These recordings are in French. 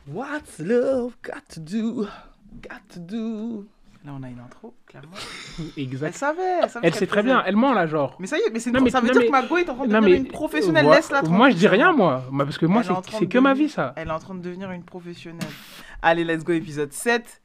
What's love got to do? Got to do. Là, on a une intro, clairement. Exact. Elle savait Elle sait très bien, elle ment là, genre. Mais ça y est, mais Non, mais- ça veut non, dire mais- que Margot est en train de Non, devenir mais- une professionnelle. Moi- Laisse-la Moi, je dis rien, tranquille. moi. Parce que moi, Elle est en train c'est de que ma devenir- vie, ça. Elle est en train de devenir une professionnelle. Allez, let's go, épisode 7.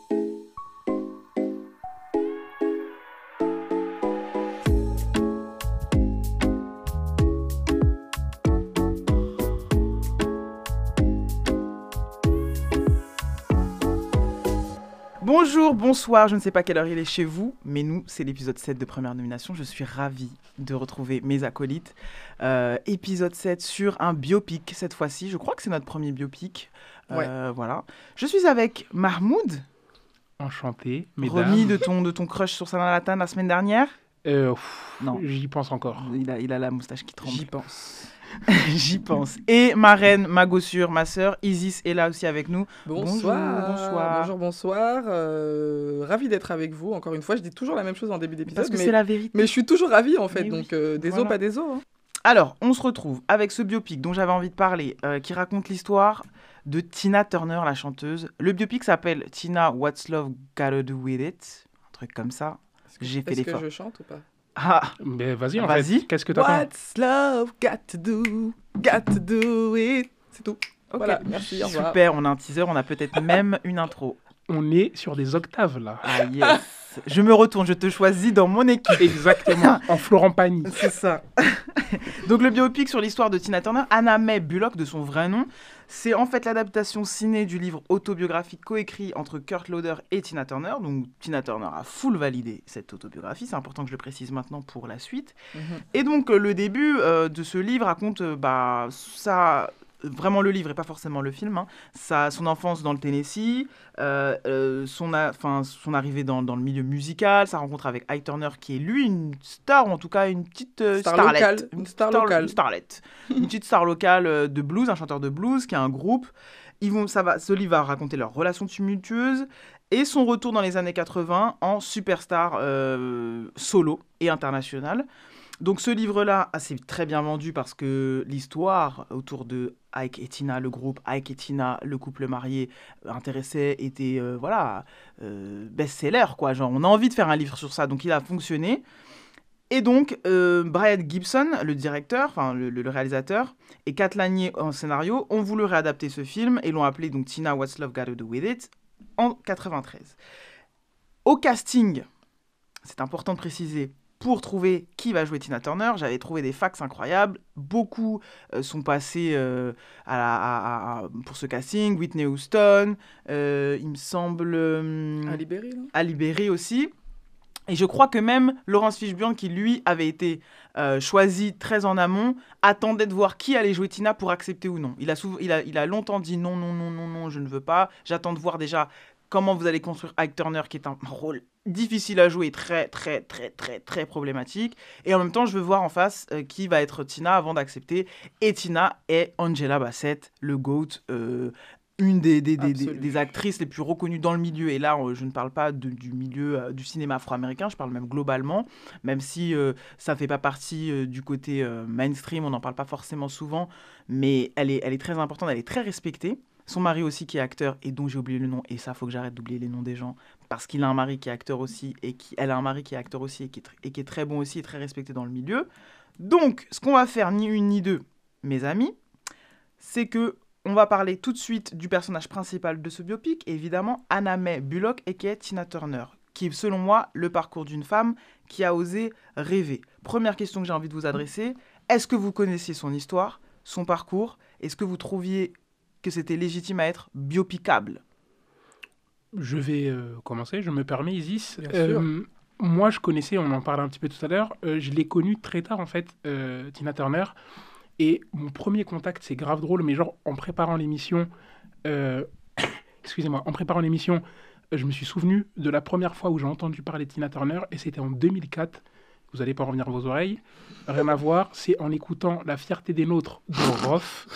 Bonjour, bonsoir, je ne sais pas quelle heure il est chez vous, mais nous, c'est l'épisode 7 de Première Nomination. Je suis ravie de retrouver mes acolytes. Épisode 7 sur un biopic cette fois-ci. Je crois que c'est notre premier biopic. Voilà. Je suis avec Mahmoud, Enchanté, remis mesdames. de ton crush sur Sana Latane la semaine dernière. Non. J'y pense encore. Il a la moustache qui tremble. J'y pense. J'y pense. Et ma reine, ma gossure, ma sœur, Isis est là aussi avec nous. Bonsoir. Bonsoir. Ravi d'être avec vous. Encore une fois, je dis toujours la même chose en début d'épisode. Parce que mais, c'est la vérité. mais je suis toujours ravie en fait. Mais Donc, oui, des voilà. os, pas des os. Hein. Alors, on se retrouve avec ce biopic dont j'avais envie de parler, qui raconte l'histoire de Tina Turner, la chanteuse. Le biopic s'appelle Tina What's Love Gotta Do With It, un truc comme ça. J'ai fait Est-ce l'effort. que je chante ou pas? Ah, Mais vas-y, en Vas-y. fait. Qu'est-ce que t'attends? What's love got to do it. C'est tout. ok. Voilà, merci, au revoir. Super, on a un teaser, on a peut-être même une intro. On est sur des octaves, là. Ah yes. Je me retourne, je te choisis dans mon équipe. Exactement. En Florent Pagny. C'est ça. Donc le biopic sur l'histoire de Tina Turner, Anna Mae Bullock de son vrai nom, c'est en fait l'adaptation ciné du livre autobiographique coécrit entre Kurt Loder et Tina Turner. Donc Tina Turner a full validé cette autobiographie, c'est important que je le précise maintenant pour la suite. Et donc le début de ce livre raconte ça... Vraiment le livre et pas forcément le film, son enfance dans le Tennessee, son arrivée dans le milieu musical, sa rencontre avec Ike Turner qui est lui une star, ou en tout cas une petite starlet. locale. Une star locale. Une starlet. Une petite star locale de blues, un chanteur de blues qui a un groupe. Ce livre va raconter leur relation tumultueuse et son retour dans les années 80 en superstar solo et international. Donc ce livre-là, c'est très bien vendu parce que l'histoire autour de Ike et Tina, le groupe Ike et Tina, le couple marié intéressé, était best-seller, quoi. Genre, on a envie de faire un livre sur ça, donc il a fonctionné. Et donc, Brian Gibson, le directeur, enfin le réalisateur, et Kat Lanier en scénario, ont voulu réadapter ce film et l'ont appelé donc Tina What's Love Gotta Do With It en 93. Au casting, c'est important de préciser, pour trouver qui va jouer Tina Turner, j'avais trouvé des facts incroyables. Beaucoup sont passés pour ce casting. Whitney Houston, il me semble... À Libéry, là. Ali Berry aussi. Et je crois que même Laurence Fishburne, qui lui avait été choisi très en amont, attendait de voir qui allait jouer Tina pour accepter ou non. Il a longtemps dit non, je ne veux pas. J'attends de voir déjà comment vous allez construire Ike Turner, qui est un rôle difficile à jouer, très, très, très, très, très problématique. Et en même temps, je veux voir en face qui va être Tina avant d'accepter. Et Tina est Angela Bassett, le GOAT, une des actrices les plus reconnues dans le milieu. Et là, je ne parle pas du milieu du cinéma afro-américain, je parle même globalement, même si ça ne fait pas partie du côté mainstream, on n'en parle pas forcément souvent, mais elle est très importante, elle est très respectée. Son mari aussi qui est acteur et dont j'ai oublié le nom, et ça, faut que j'arrête d'oublier les noms des gens, parce qu'il a un mari qui est acteur aussi, elle a un mari qui est acteur aussi, et qui est très bon aussi, et très respecté dans le milieu. Donc, ce qu'on va faire, ni une ni deux, mes amis, c'est que on va parler tout de suite du personnage principal de ce biopic, évidemment, Anna Mae Bullock, et qui est Tina Turner, qui est, selon moi, le parcours d'une femme qui a osé rêver. Première question que j'ai envie de vous adresser, est-ce que vous connaissiez son histoire, son parcours? Est-ce que vous trouviez que c'était légitime à être biopicable? Je vais commencer, je me permets, Isis. Bien sûr. Moi, je connaissais, on en parlait un petit peu tout à l'heure, je l'ai connue très tard, en fait, Tina Turner. Et mon premier contact, c'est grave drôle, mais genre, en préparant l'émission, excusez-moi, je me suis souvenu de la première fois où j'ai entendu parler de Tina Turner, et c'était en 2004. Vous n'allez pas revenir vos oreilles. Rien à voir, c'est en écoutant La fierté des nôtres de Rof.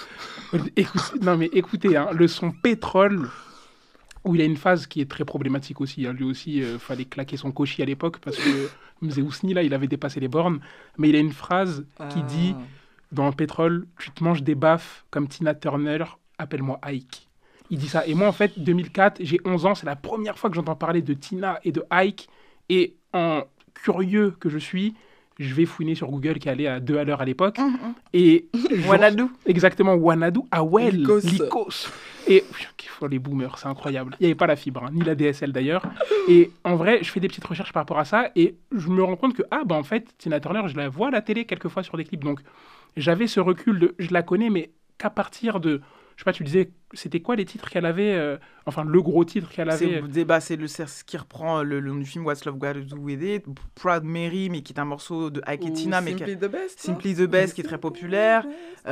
Écoutez, le son Pétrole, où il a une phase qui est très problématique aussi. Lui aussi, fallait claquer son cochi à l'époque, parce que Mzee Ousni, là, il avait dépassé les bornes. Mais il a une phrase qui dit, dans Pétrole, tu te manges des baffes comme Tina Turner, appelle-moi Ike. il dit ça. Et moi, en fait, 2004, j'ai 11 ans, c'est la première fois que j'entends parler de Tina et de Ike. Et en curieux que je suis, je vais fouiner sur Google qui allait à 2 à l'heure à l'époque. Et Wanadu. Exactement, Wanadu, Awel, Lycos. Lycos. Et les boomers, c'est incroyable. Il n'y avait pas la fibre, ni la DSL d'ailleurs. Et en vrai, je fais des petites recherches par rapport à ça et je me rends compte que, en fait, Tina Turner, je la vois à la télé quelquefois sur des clips. Donc, j'avais ce recul de je la connais, mais qu'à partir de. Je sais pas, tu disais, c'était quoi les titres qu'elle avait enfin, le gros titre qu'elle avait C'est ce qui reprend le nom du film What's Love Got to Do With It, Proud Mary, mais qui est un morceau de Ike et Tina. Simply the Best. Simply the Best, qui est très populaire.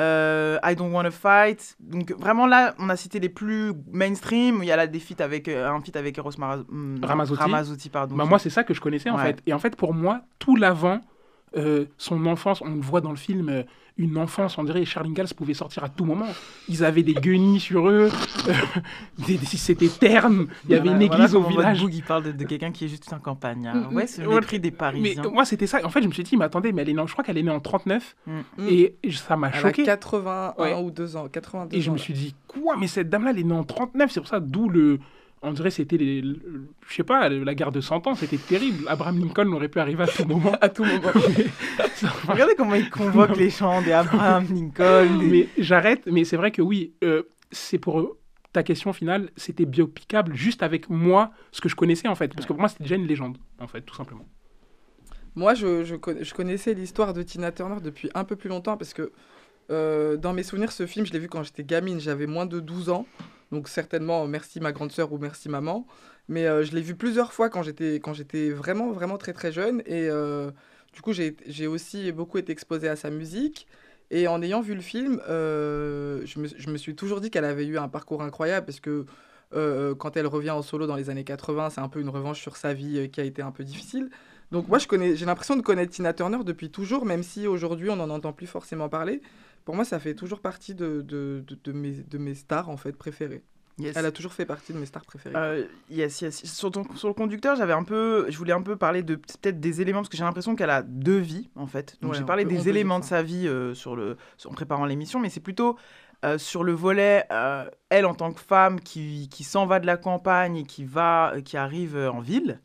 I Don't Wanna Fight. Donc vraiment là, on a cité les plus mainstream. Il y a là des feats avec un feat avec Eros Ramazzotti. Pardon. Moi, c'est ça que je connaissais en fait. Et en fait, pour moi, tout l'avant, son enfance, on le voit dans le film, une enfance, on dirait Charles Ingalls pouvait sortir à tout moment. Ils avaient des guenilles sur eux, c'était terne, il y avait une église au village. Il parle de quelqu'un qui est juste en campagne. Ouais, c'est le mépris des Parisiens. Mais moi, c'était ça. En fait, je me suis dit, mais attendez, mais je crois qu'elle est née en 39, et ça m'a choqué. Elle a 81 ou 2 ans, 82 Et je me suis dit, quoi, mais cette dame-là, elle est née en 39, c'est pour ça, d'où le... On dirait que c'était, je sais pas, la guerre de 100 ans, c'était terrible. Abraham Lincoln aurait pu arriver à tout moment. À tout moment. Regardez comment il convoque les chants des Abraham Lincoln. Mais j'arrête, mais c'est vrai que oui, c'est pour ta question finale, c'était biopicable juste avec moi, ce que je connaissais en fait. Parce que pour moi, c'était déjà une légende, en fait, tout simplement. Moi, je connaissais l'histoire de Tina Turner depuis un peu plus longtemps parce que dans mes souvenirs, ce film, je l'ai vu quand j'étais gamine, j'avais moins de 12 ans. Donc certainement, merci ma grande sœur ou merci maman. Mais je l'ai vu plusieurs fois quand j'étais vraiment, vraiment très, très jeune. Et du coup, j'ai aussi beaucoup été exposée à sa musique. Et en ayant vu le film, je me suis toujours dit qu'elle avait eu un parcours incroyable parce que quand elle revient en solo dans les années 80, c'est un peu une revanche sur sa vie qui a été un peu difficile. Donc moi, j'ai l'impression de connaître Tina Turner depuis toujours, même si aujourd'hui, on n'en entend plus forcément parler. Pour moi, ça fait toujours partie de mes stars, en fait, préférées. Yes. Elle a toujours fait partie de mes stars préférées. Yes. Sur le conducteur, je voulais un peu parler de peut-être des éléments, parce que j'ai l'impression qu'elle a 2 vies, en fait. Donc j'ai parlé des éléments de sa vie en préparant l'émission, mais c'est plutôt sur le volet, elle en tant que femme qui s'en va de la campagne et qui arrive en ville.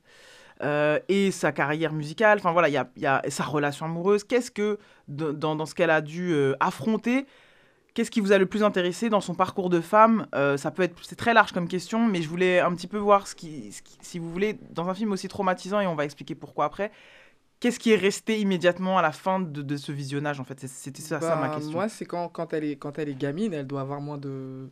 Et sa carrière musicale, enfin voilà, il y a sa relation amoureuse. Qu'est-ce que, dans ce qu'elle a dû affronter, qu'est-ce qui vous a le plus intéressé dans son parcours de femme ? C'est très large comme question, mais je voulais un petit peu voir si vous voulez, dans un film aussi traumatisant, et on va expliquer pourquoi après, qu'est-ce qui est resté immédiatement à la fin de ce visionnage, en fait ? C'était ça ma question. Moi, c'est quand elle est gamine, elle doit avoir moins de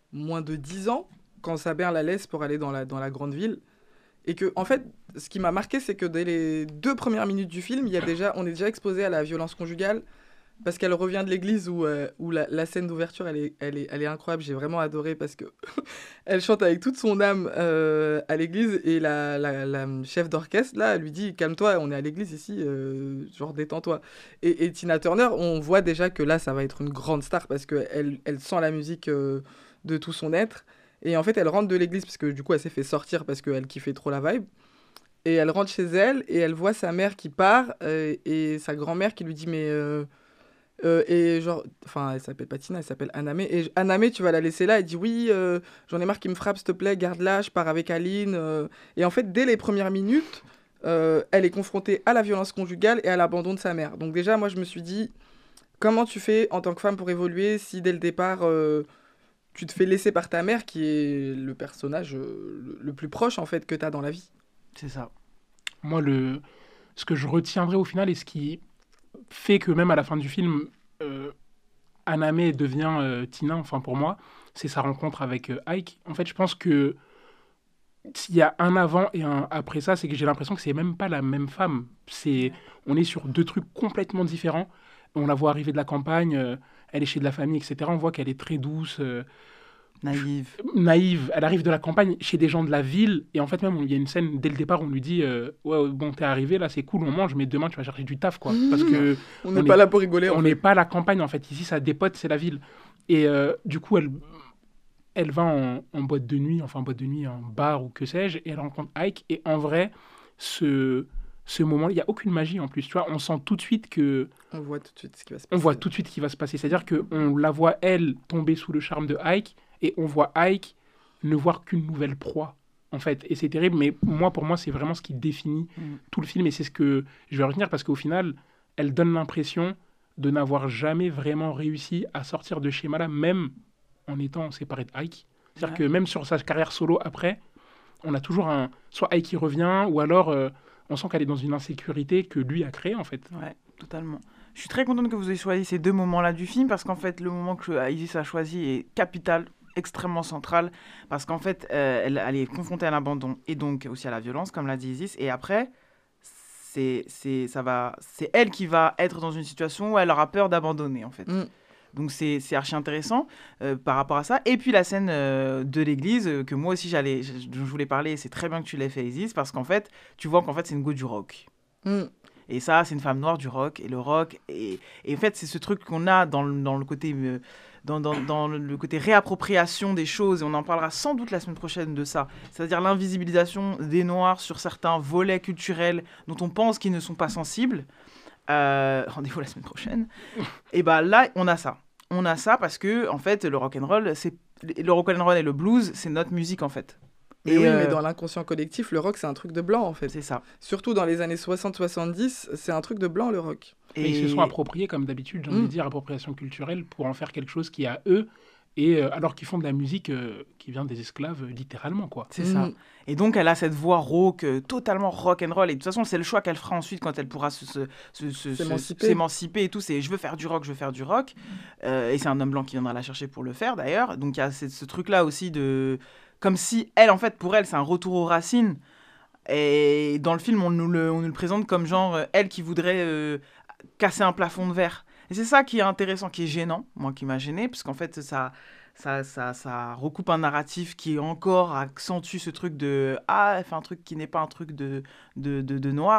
10 ans, quand sa mère la laisse pour aller dans la grande ville. Et que, en fait, ce qui m'a marqué, c'est que dès les 2 premières minutes du film, on est déjà exposé à la violence conjugale, parce qu'elle revient de l'église où la scène d'ouverture, elle est incroyable. J'ai vraiment adoré parce que elle chante avec toute son âme à l'église, et la chef d'orchestre, là, elle lui dit « Calme-toi, on est à l'église ici, genre détends-toi ». Et Tina Turner, on voit déjà que là, ça va être une grande star, parce qu'elle sent la musique de tout son être. Et en fait, elle rentre de l'église, parce que du coup, elle s'est fait sortir parce qu'elle kiffait trop la vibe. Et elle rentre chez elle, et elle voit sa mère qui part, et sa grand-mère qui lui dit « Mais... et genre, enfin, elle s'appelle pas Tina, elle s'appelle Anamé. Et Anamé, tu vas la laisser là. Elle dit oui, j'en ai marre qu'il me frappe, s'il te plaît, garde-la, je pars avec Aline. Et en fait, dès les premières minutes, elle est confrontée à la violence conjugale et à l'abandon de sa mère. Donc déjà, moi, je me suis dit, comment tu fais en tant que femme pour évoluer si dès le départ, tu te fais laisser par ta mère, qui est le personnage le plus proche, en fait, que tu as dans la vie. C'est ça. Moi, ce que je retiendrai au final, et ce qui fait que même à la fin du film, Anamé devient Tina, enfin pour moi, c'est sa rencontre avec Ike. En fait, je pense que s'il y a un avant et un après ça, c'est que j'ai l'impression que c'est même pas la même femme. On est sur 2 trucs complètement différents. On la voit arriver de la campagne, elle est chez de la famille, etc. On voit qu'elle est très douce, naïve. Elle arrive de la campagne chez des gens de la ville, et en fait même il y a une scène dès le départ où on lui dit ouais, bon, t'es arrivé là, c'est cool, on mange, mais demain tu vas chercher du taf, quoi, parce que on n'est pas là pour rigoler, on n'est pas à la campagne, en fait. Ici ça dépote, c'est la ville. Et du coup elle va en boîte de nuit, en bar ou que sais-je, et elle rencontre Ike. Et en vrai, ce moment, il n'y a aucune magie en plus, tu vois. On sent tout de suite que... On voit tout de suite ce qui va se passer. On voit tout de suite ce qui va se passer. C'est-à-dire qu'on la voit, elle, tomber sous le charme de Ike, et on voit Ike ne voir qu'une nouvelle proie, en fait. Et c'est terrible, mais pour moi, c'est vraiment ce qui définit tout le film. Et c'est ce que je vais retenir, parce qu'au final, elle donne l'impression de n'avoir jamais vraiment réussi à sortir de ce schéma-là, même en étant séparée de Ike. C'est-à-dire que même sur sa carrière solo, après, on a toujours soit Ike qui revient, ou alors on sent qu'elle est dans une insécurité que lui a créée, en fait. Ouais, totalement. Je suis très contente que vous ayez choisi ces 2 moments-là du film, parce qu'en fait, le moment que Isis a choisi est capital, extrêmement central, parce qu'en fait, elle est confrontée à l'abandon et donc aussi à la violence, comme l'a dit Isis, et après, c'est elle qui va être dans une situation où elle aura peur d'abandonner, en fait. Donc c'est archi intéressant par rapport à ça. Et puis la scène de l'église, que moi aussi je voulais parler, et c'est très bien que tu l'aies fait, Isis, parce qu'en fait, tu vois qu'en fait, c'est une go du rock. Et ça, c'est une femme noire du rock. Et le rock, et en fait, c'est ce truc qu'on a dans le côté... Dans le côté réappropriation des choses, et on en parlera sans doute la semaine prochaine de ça, c'est-à-dire l'invisibilisation des Noirs sur certains volets culturels dont on pense qu'ils ne sont pas sensibles. Rendez-vous la semaine prochaine. Et bah là, on a ça parce que en fait, le rock'n'roll et le blues, c'est notre musique en fait. Mais oui, mais dans l'inconscient collectif, le rock, c'est un truc de blanc, en fait. C'est ça. Surtout dans les années 60-70, c'est un truc de blanc, le rock. Et ils se sont appropriés, comme d'habitude, j'ai envie de dire, appropriation culturelle, pour en faire quelque chose qui est à eux, et alors qu'ils font de la musique qui vient des esclaves, littéralement, quoi. C'est ça. Et donc, elle a cette voix rauque, totalement rock'n'roll, et de toute façon, c'est le choix qu'elle fera ensuite quand elle pourra s'émanciper et tout. C'est « je veux faire du rock », et c'est un homme blanc qui viendra la chercher pour le faire, d'ailleurs. Donc, il y a ce truc-là aussi de... Comme si elle, en fait, pour elle, c'est un retour aux racines. Et dans le film, on nous le présente comme genre elle qui voudrait casser un plafond de verre. Et c'est ça qui est intéressant, qui est gênant, moi qui m'a gêné, parce qu'en fait, ça recoupe un narratif qui encore accentue ce truc de « Ah, elle fait un truc qui n'est pas un truc de noir »,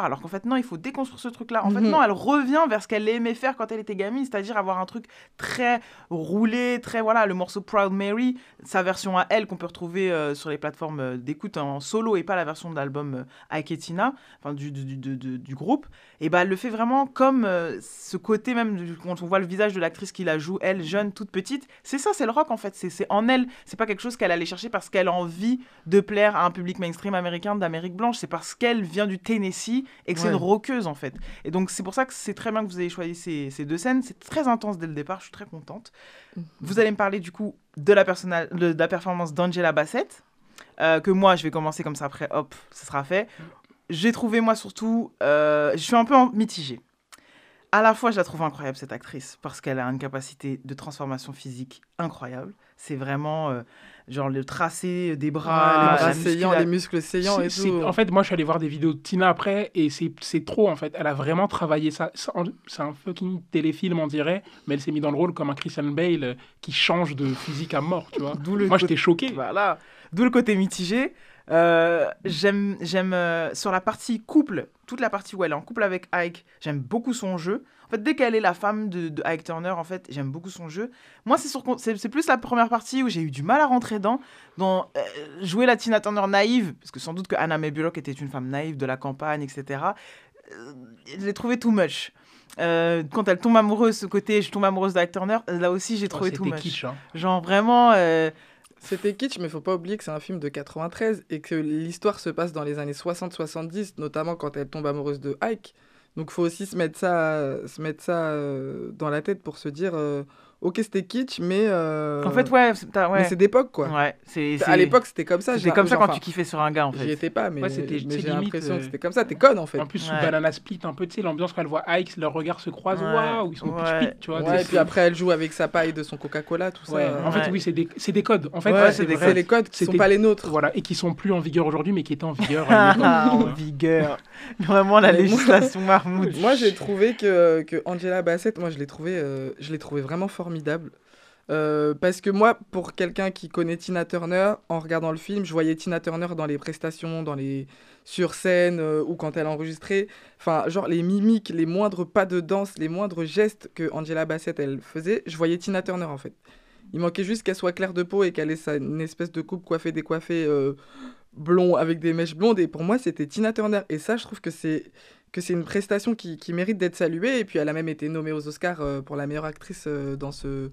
alors qu'en fait, non, il faut déconstruire ce truc-là. En fait, non, elle revient vers ce qu'elle aimait faire quand elle était gamine, c'est-à-dire avoir un truc très roulé, très, voilà, le morceau Proud Mary, sa version à elle qu'on peut retrouver sur les plateformes d'écoute en solo et pas la version de l'album Ike et Tina, enfin du groupe, et bah, elle le fait vraiment comme ce côté même, quand on voit le visage de l'actrice qui la joue, elle, jeune, toute petite, c'est ça, c'est le rock en fait. C'est en elle, c'est pas quelque chose qu'elle allait chercher parce qu'elle a envie de plaire à un public mainstream américain d'Amérique blanche, c'est parce qu'elle vient du Tennessee et que c'est une rockeuse en fait. Et donc c'est pour ça que c'est très bien que vous ayez choisi ces 2 scènes, c'est très intense dès le départ, je suis très contente. Vous allez me parler du coup de la performance d'Angela Bassett, que moi je vais commencer comme ça, après hop, ça sera fait. J'ai trouvé moi surtout, je suis un peu mitigée. À la fois, je la trouve incroyable, cette actrice, parce qu'elle a une capacité de transformation physique incroyable. C'est vraiment, genre, le tracé des bras, les bras saillants, les muscles saillants et tout. En fait, moi, je suis allé voir des vidéos de Tina après, et c'est trop, en fait. Elle a vraiment travaillé ça. C'est un fucking téléfilm, on dirait, mais elle s'est mise dans le rôle comme un Christian Bale qui change de physique à mort, tu vois. Moi, j'étais choqué. Voilà, d'où le côté mitigé. J'aime sur la partie couple, toute la partie où elle est en couple avec Ike, j'aime beaucoup son jeu. En fait, dès qu'elle est la femme de Ike Turner, en fait, j'aime beaucoup son jeu. Moi, c'est plus la première partie où j'ai eu du mal à rentrer dans jouer la Tina Turner naïve, parce que sans doute que Anna Mae Bullock était une femme naïve de la campagne, etc. Je l'ai trouvé too much. Quand elle tombe amoureuse, ce côté je tombe amoureuse d'Ike Turner, là aussi j'ai trouvé too much. C'était kitsch, hein. Genre vraiment... C'était kitsch, mais il ne faut pas oublier que c'est un film de 93 et que l'histoire se passe dans les années 60-70, notamment quand elle tombe amoureuse de Ike. Donc il faut aussi se mettre ça dans la tête pour se dire ok, c'était kitsch, mais en fait mais c'est d'époque, quoi. Ouais, à l'époque c'était comme ça. C'était comme ça quand tu kiffais sur un gars, en fait. J'y étais pas, mais j'ai limite, l'impression que c'était comme ça. T'es conne, en fait. En plus, sous Banana Split, un peu, tu sais, l'ambiance quand elle voit Ike, leurs regards se croisent, waouh, ils sont pitch, tu vois. Et puis après elle joue avec sa paille de son Coca-Cola, tout ça. En fait, oui, c'est des codes. En fait, c'est les codes qui sont pas les nôtres. Voilà, et qui sont plus en vigueur aujourd'hui, mais qui étaient en vigueur. En vigueur. Vraiment la législation marmoute. Moi, j'ai trouvé que Angela Bassett, moi je l'ai trouvé vraiment formidable. Parce que moi, pour quelqu'un qui connaît Tina Turner, en regardant le film, je voyais Tina Turner dans les prestations, sur scène ou quand elle enregistrait. Enfin, genre les mimiques, les moindres pas de danse, les moindres gestes que Angela Bassett elle faisait, je voyais Tina Turner en fait. Il manquait juste qu'elle soit claire de peau et qu'elle ait une espèce de coupe coiffée, décoiffée, blond avec des mèches blondes. Et pour moi, c'était Tina Turner. Et ça, je trouve que c'est une prestation qui mérite d'être saluée. Et puis, elle a même été nommée aux Oscars pour la meilleure actrice dans ce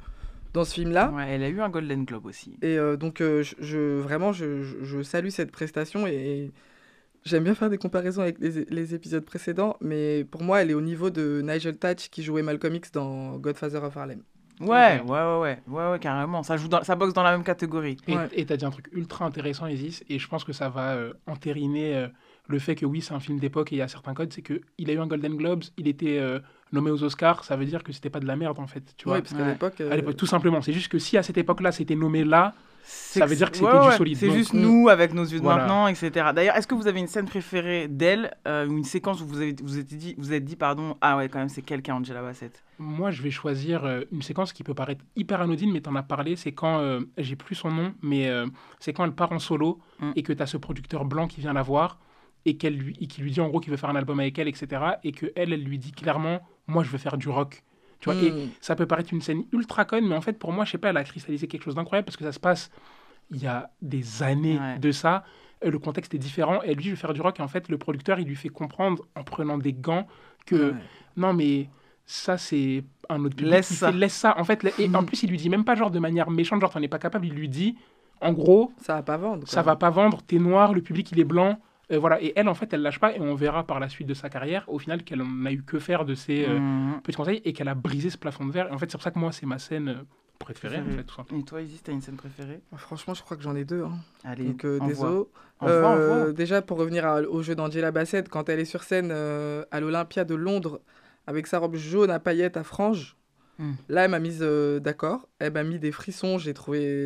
dans ce film-là. Ouais, elle a eu un Golden Globe aussi. Et donc, vraiment, je salue cette prestation et j'aime bien faire des comparaisons avec les épisodes précédents, mais pour moi, elle est au niveau de Nigel Thatch qui jouait Malcolm X dans Godfather of Harlem. Ouais, carrément. Ça boxe dans la même catégorie. Et t'as dit un truc ultra intéressant, Isis, et je pense que ça va entériner le fait que oui, c'est un film d'époque et il y a certains codes, c'est qu'il a eu un Golden Globes, il était nommé aux Oscars, ça veut dire que c'était pas de la merde en fait, tu vois. Oui, parce qu'à l'époque... À l'époque, tout simplement. C'est juste que si à cette époque-là, c'était nommé là, ça veut dire que c'était du solide. C'est Donc, juste nous, avec nos yeux de maintenant, etc. D'ailleurs, est-ce que vous avez une scène préférée d'elle, ou une séquence où vous êtes dit, ah ouais, quand même, c'est quelqu'un, Angela Bassett? Moi, je vais choisir une séquence qui peut paraître hyper anodine, mais t'en as parlé, c'est quand, j'ai plus son nom, mais c'est quand elle part en solo et que t'as ce producteur blanc qui vient la voir et qui lui dit en gros qu'il veut faire un album avec elle, etc. Et qu'elle lui dit clairement, moi, je veux faire du rock. Tu vois, et ça peut paraître une scène ultra conne, mais en fait, pour moi, je sais pas, elle a cristallisé quelque chose d'incroyable parce que ça se passe il y a des années de ça. Le contexte est différent. Et elle lui dit, je vais faire du rock. Et en fait, le producteur, il lui fait comprendre en prenant des gants que non, mais ça, c'est un autre public. Laisse ça. En fait, et en plus, il lui dit même pas genre de manière méchante, genre t'en es pas capable. Il lui dit, en gros, ça va pas vendre. Ça va pas vendre. T'es noir, le public, il est blanc. Voilà, et elle, en fait, elle lâche pas, et on verra par la suite de sa carrière, au final, qu'elle n'a eu que faire de ses petits conseils, et qu'elle a brisé ce plafond de verre. Et en fait, c'est pour ça que moi, c'est ma scène préférée, en fait, tout simplement. Et toi, Isis, t'as une scène préférée? Franchement, je crois que j'en ai deux. Hein. Allez, donc, désolé. Déjà, pour revenir au jeu d'Angela Bassett, quand elle est sur scène à l'Olympia de Londres, avec sa robe jaune à paillettes à franges, là, elle m'a mise d'accord. Elle m'a mis des frissons. J'ai trouvé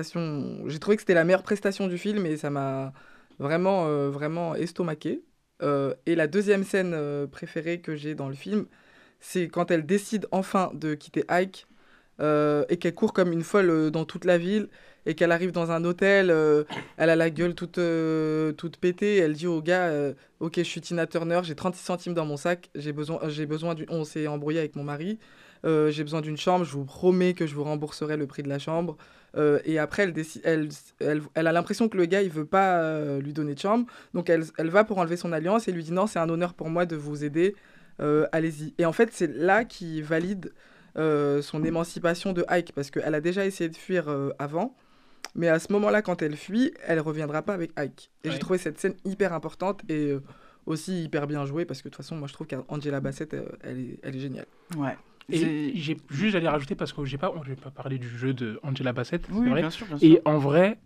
que c'était la meilleure prestation du film, et ça m'a vraiment estomaqué. Et la deuxième scène préférée que j'ai dans le film, c'est quand elle décide enfin de quitter Ike et qu'elle court comme une folle dans toute la ville et qu'elle arrive dans un hôtel, elle a la gueule toute pétée, elle dit au gars ok, je suis Tina Turner, j'ai 36 centimes dans mon sac, on s'est embrouillé avec mon mari, j'ai besoin d'une chambre, je vous promets que je vous rembourserai le prix de la chambre. Et après, elle a l'impression que le gars, il veut pas lui donner de chambre. Donc, elle va pour enlever son alliance et lui dit non, c'est un honneur pour moi de vous aider. Allez-y. Et en fait, c'est là qu'il valide son émancipation de Ike, parce qu'elle a déjà essayé de fuir avant. Mais à ce moment-là, quand elle fuit, elle reviendra pas avec Ike. Et j'ai trouvé cette scène hyper importante et aussi hyper bien jouée, parce que de toute façon, moi, je trouve qu'Angela Bassett, elle est géniale. Ouais. Et j'allais rajouter, parce que je vais pas parlé du jeu de Angela Bassett, oui, c'est vrai. Bien sûr. Et en vrai,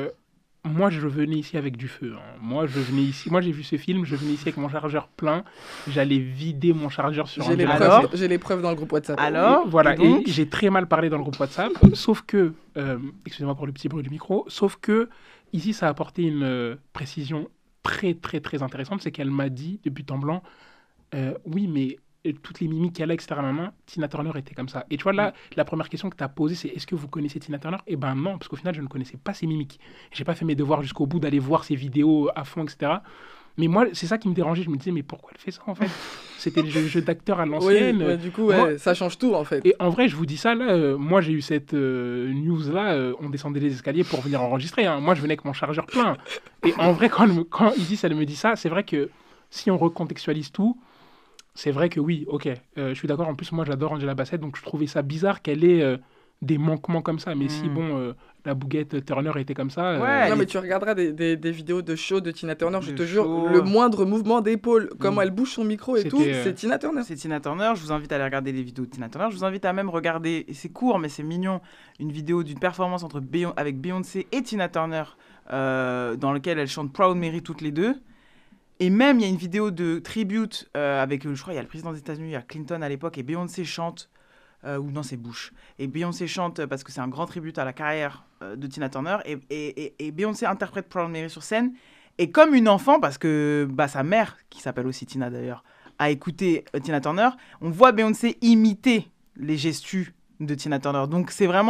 moi je venais ici avec du feu. Hein. Moi j'ai vu ce film, je venais ici avec mon chargeur plein, j'allais vider mon chargeur sur Angela Bassett. J'ai les preuves dans le groupe WhatsApp. Alors, voilà, et j'ai très mal parlé dans le groupe WhatsApp, sauf que, excusez-moi pour le petit bruit du micro, sauf que ici ça a apporté une précision très très très intéressante, c'est qu'elle m'a dit depuis temps blanc, oui mais toutes les mimiques qu'elle a, etc. Tina Turner était comme ça. Et tu vois, là, la première question que tu as posée, c'est est-ce que vous connaissez Tina Turner? Eh ben non, parce qu'au final, je ne connaissais pas ses mimiques. J'ai pas fait mes devoirs jusqu'au bout d'aller voir ses vidéos à fond, etc. Mais moi, c'est ça qui me dérangeait. Je me disais, mais pourquoi elle fait ça, en fait? C'était le jeu d'acteur à l'ancienne. Oui, du coup, ça change tout, en fait. Et en vrai, je vous dis ça, là, moi, j'ai eu cette news-là, on descendait les escaliers pour venir enregistrer. Hein. Moi, je venais avec mon chargeur plein. Et en vrai, quand Isis, elle me dit ça, c'est vrai que si on recontextualise tout, c'est vrai que oui, ok, je suis d'accord. En plus, moi, j'adore Angela Bassett, donc je trouvais ça bizarre qu'elle ait des manquements comme ça. Mais si, bon, la bouguette Turner était comme ça... Non, mais tu regarderas des vidéos de show de Tina Turner, je te jure, le moindre mouvement d'épaule, comment elle bouge son micro et tout, c'est Tina Turner. C'est Tina Turner, je vous invite à aller regarder les vidéos de Tina Turner. Je vous invite à même regarder, et c'est court, mais c'est mignon, une vidéo d'une performance avec Beyoncé et Tina Turner, dans laquelle elles chantent Proud Mary toutes les deux. Et même, il y a une vidéo de tribute avec, je crois, il y a le président des États-Unis, il y a Clinton à l'époque, et Beyoncé chante, ou non, c'est Bush. Et Beyoncé chante parce que c'est un grand tribute à la carrière de Tina Turner, et Beyoncé interprète Proud Mary sur scène. Et comme une enfant, parce que sa mère, qui s'appelle aussi Tina d'ailleurs, a écouté Tina Turner, on voit Beyoncé imiter les gestus de Tina Turner. Donc c'est vraiment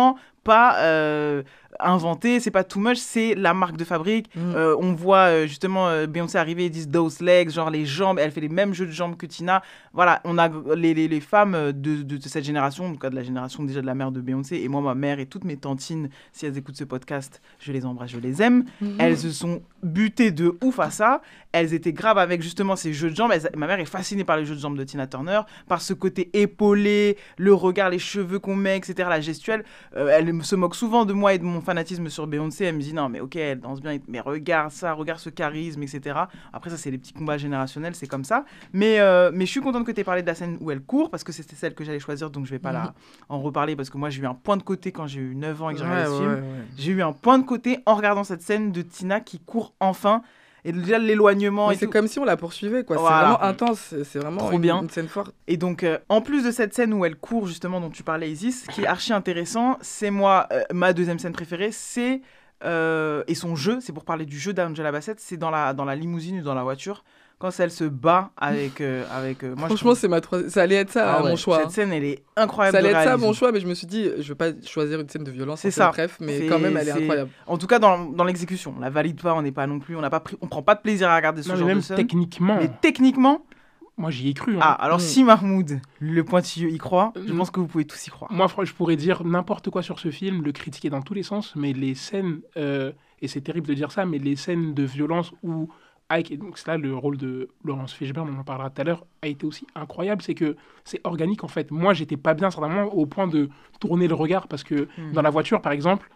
pas inventé, c'est pas too much, c'est la marque de fabrique. On voit justement Beyoncé arriver et disent those legs, genre les jambes, elle fait les mêmes jeux de jambes que Tina. Voilà, on a les femmes de cette génération, en tout cas de la génération déjà de la mère de Beyoncé, et moi, ma mère et toutes mes tantines, si elles écoutent ce podcast, je les embrasse, je les aime. Elles se sont butées de ouf à ça. Elles étaient graves avec justement ces jeux de jambes. Ma mère est fascinée par les jeux de jambes de Tina Turner, par ce côté épaulé, le regard, les cheveux qu'on met, etc., la gestuelle. Elle se moque souvent de moi et de mon fanatisme sur Beyoncé. Elle me dit non, mais ok, elle danse bien, mais regarde ça, regarde ce charisme, etc. Après, ça, c'est les petits combats générationnels, c'est comme ça. Mais je suis contente que tu aies parlé de la scène où elle court, parce que c'était celle que j'allais choisir, donc je vais pas en reparler, parce que moi, j'ai eu un point de côté quand j'ai eu 9 ans et que j'ai regardé ce film. J'ai eu un point de côté en regardant cette scène de Tina qui court enfin. Et déjà l'éloignement. C'est comme si on la poursuivait, quoi. Voilà. C'est vraiment intense, c'est vraiment trop bien. Une scène forte. Et donc, en plus de cette scène où elle court, justement, dont tu parlais, Isis, ce qui est archi intéressant, c'est moi, ma deuxième scène préférée, c'est. Et son jeu, c'est pour parler du jeu d'Angela Bassett, c'est dans la limousine ou dans la voiture. Quand elle se bat avec moi. Franchement, c'est ça allait être ça, mon choix. Cette scène, elle est incroyable. Ça allait être ça, mon choix, mais je me suis dit, je veux pas choisir une scène de violence. C'est ça. Bref, mais quand même, elle est incroyable. En tout cas, dans l'exécution, on la valide pas, on n'est pas non plus, on prend pas de plaisir à regarder ce genre de scène. Mais techniquement. Moi, j'y ai cru. Hein. Ah, alors si Mahmoud, le pointilleux, y croit, je pense que vous pouvez tous y croire. Moi, je pourrais dire n'importe quoi sur ce film, le critiquer dans tous les sens, mais les scènes, et c'est terrible de dire ça, mais les scènes de violence où Ike, et donc c'est là le rôle de Laurence Fishburne, on en parlera tout à l'heure, a été aussi incroyable, c'est que c'est organique en fait. Moi, j'étais pas bien certainement au point de tourner le regard, parce que dans la voiture, par exemple...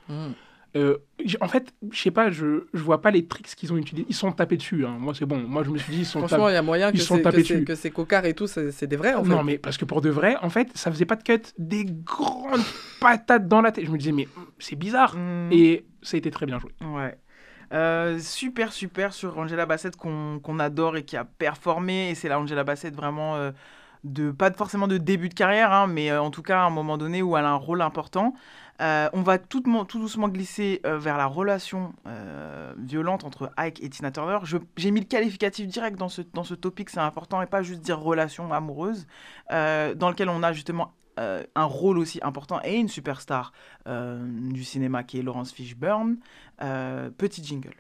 en fait, je sais pas, je vois pas les tricks qu'ils ont utilisés. Ils sont tapés dessus. Hein. Moi, c'est bon. Moi, je me suis dit, franchement, il y a moyen que ces cocards et tout, c'est des vrais, en fait. Non, mais parce que pour de vrai, en fait, ça faisait pas de cut. Des grandes patates dans la tête. Je me disais, mais c'est bizarre. Et ça a été très bien joué. Ouais. Super sur Angela Bassett qu'on adore et qui a performé. Et c'est la Angela Bassett vraiment... pas forcément de début de carrière, hein, mais en tout cas à un moment donné où elle a un rôle important. On va tout doucement glisser vers la relation violente entre Ike et Tina Turner. J'ai mis le qualificatif direct dans ce topic, c'est important, et pas juste dire relation amoureuse, dans lequel on a justement un rôle aussi important et une superstar du cinéma qui est Laurence Fishburne. Petit jingle.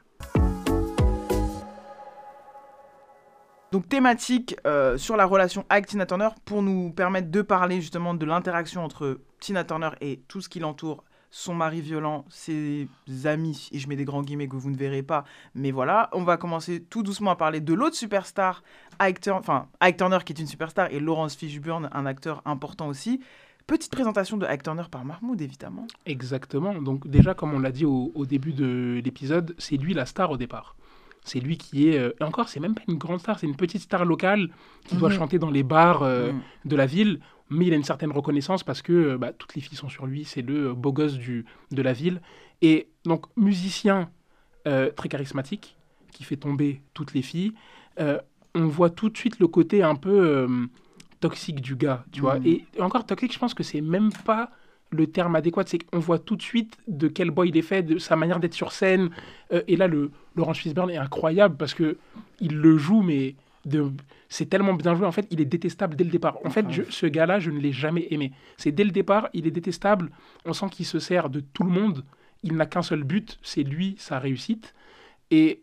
Donc thématique sur la relation avec Tina Turner pour nous permettre de parler justement de l'interaction entre Tina Turner et tout ce qui l'entoure, son mari violent, ses amis, et je mets des grands guillemets que vous ne verrez pas, mais voilà, on va commencer tout doucement à parler de l'autre superstar, Ike Turner qui est une superstar et Laurence Fishburne, un acteur important aussi. Petite présentation de Ike Turner par Mahmoud, évidemment. Exactement, donc déjà comme on l'a dit au début de l'épisode, c'est lui la star au départ. C'est lui qui est... et encore, c'est même pas une grande star, c'est une petite star locale qui doit chanter dans les bars de la ville. Mais il a une certaine reconnaissance parce que toutes les filles sont sur lui. C'est le beau gosse de la ville. Et donc, musicien très charismatique qui fait tomber toutes les filles. On voit tout de suite le côté un peu toxique du gars, tu vois. Et encore, toxique, je pense que c'est même pas... le terme adéquat, c'est qu'on voit tout de suite de quel boy il est fait, de sa manière d'être sur scène. Et là, Laurence Fishburne est incroyable parce que il le joue, mais c'est tellement bien joué. En fait, il est détestable dès le départ. En fait, ce gars-là, je ne l'ai jamais aimé. C'est dès le départ, il est détestable. On sent qu'il se sert de tout le monde. Il n'a qu'un seul but, c'est lui, sa réussite. Et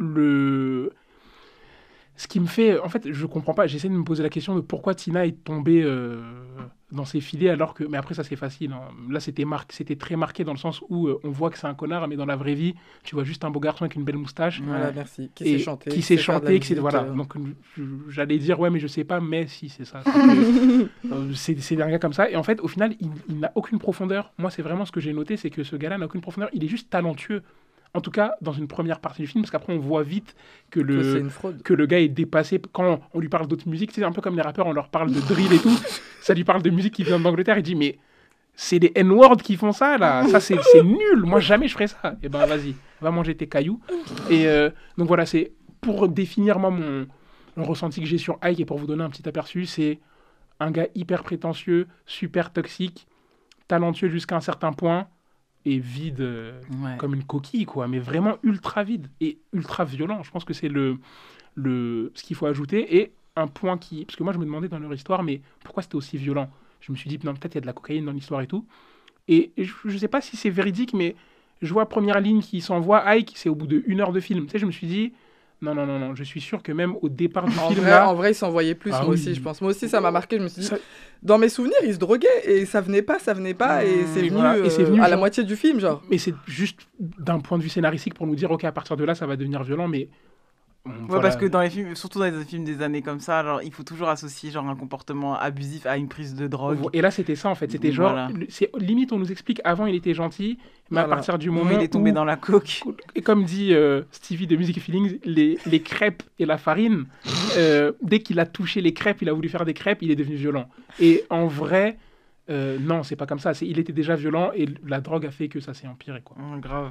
ce qui me fait... En fait, je comprends pas. J'essaie de me poser la question de pourquoi Tina est tombée dans ses filets alors que... Mais après, ça, c'est facile. Hein. Là, c'était très marqué dans le sens où on voit que c'est un connard, mais dans la vraie vie, tu vois juste un beau garçon avec une belle moustache. Voilà, merci. Qui sait chanter. Voilà. Donc, j'allais dire, ouais, mais je sais pas, mais si, c'est ça. C'est un gars comme ça. Et en fait, au final, il n'a aucune profondeur. Moi, c'est vraiment ce que j'ai noté, c'est que ce gars-là n'a aucune profondeur. Il est juste talentueux. En tout cas, dans une première partie du film, parce qu'après, on voit vite que le gars est dépassé. Quand on lui parle d'autres musiques, c'est un peu comme les rappeurs, on leur parle de drill et tout. Ça lui parle de musique qui vient d'Angleterre. Il dit, mais c'est des N-words qui font ça, là. Ça, c'est nul. Moi, jamais je ferais ça. Eh ben, vas-y, va manger tes cailloux. Et donc, voilà, c'est pour définir, moi, mon ressenti que j'ai sur Ike et pour vous donner un petit aperçu, c'est un gars hyper prétentieux, super toxique, talentueux jusqu'à un certain point, et vide comme une coquille, quoi, mais vraiment ultra vide et ultra violent. Je pense que c'est ce qu'il faut ajouter. Et un point parce que moi, je me demandais dans leur histoire, mais pourquoi c'était aussi violent ? Je me suis dit, non, peut-être il y a de la cocaïne dans l'histoire et tout. Et je sais pas si c'est véridique, mais je vois première ligne qui s'envoie Ike, c'est au bout de 1 heure de film. Tu sais, je me suis dit, non, je suis sûr que même au départ du film là... En vrai, il s'en voyait plus, moi oui. aussi, je pense. Moi aussi, ça m'a marqué, je me suis dit... Ça- Dans mes souvenirs, il se droguait, et ça venait pas, et c'est Et venu, voilà, et c'est venu à la genre- moitié du film, genre. Mais c'est juste d'un point de vue scénaristique pour nous dire, ok, à partir de là, ça va devenir violent, mais... Ouais, voilà. parce que dans les films, surtout dans les films des années comme ça, genre, il faut toujours associer genre, un comportement abusif à une prise de drogue. Et là, c'était ça, en fait. C'était genre... Voilà. Limite, on nous explique, avant, il était gentil, mais à Voilà. partir du Au moment moment où il est tombé où... dans la coke. Et comme dit Stevie de Music Feelings, les crêpes et la farine, dès qu'il a touché les crêpes, il a voulu faire des crêpes, il est devenu violent. Et en vrai, non, c'est pas comme ça. Il était déjà violent et la drogue a fait que ça s'est empiré, quoi. Grave.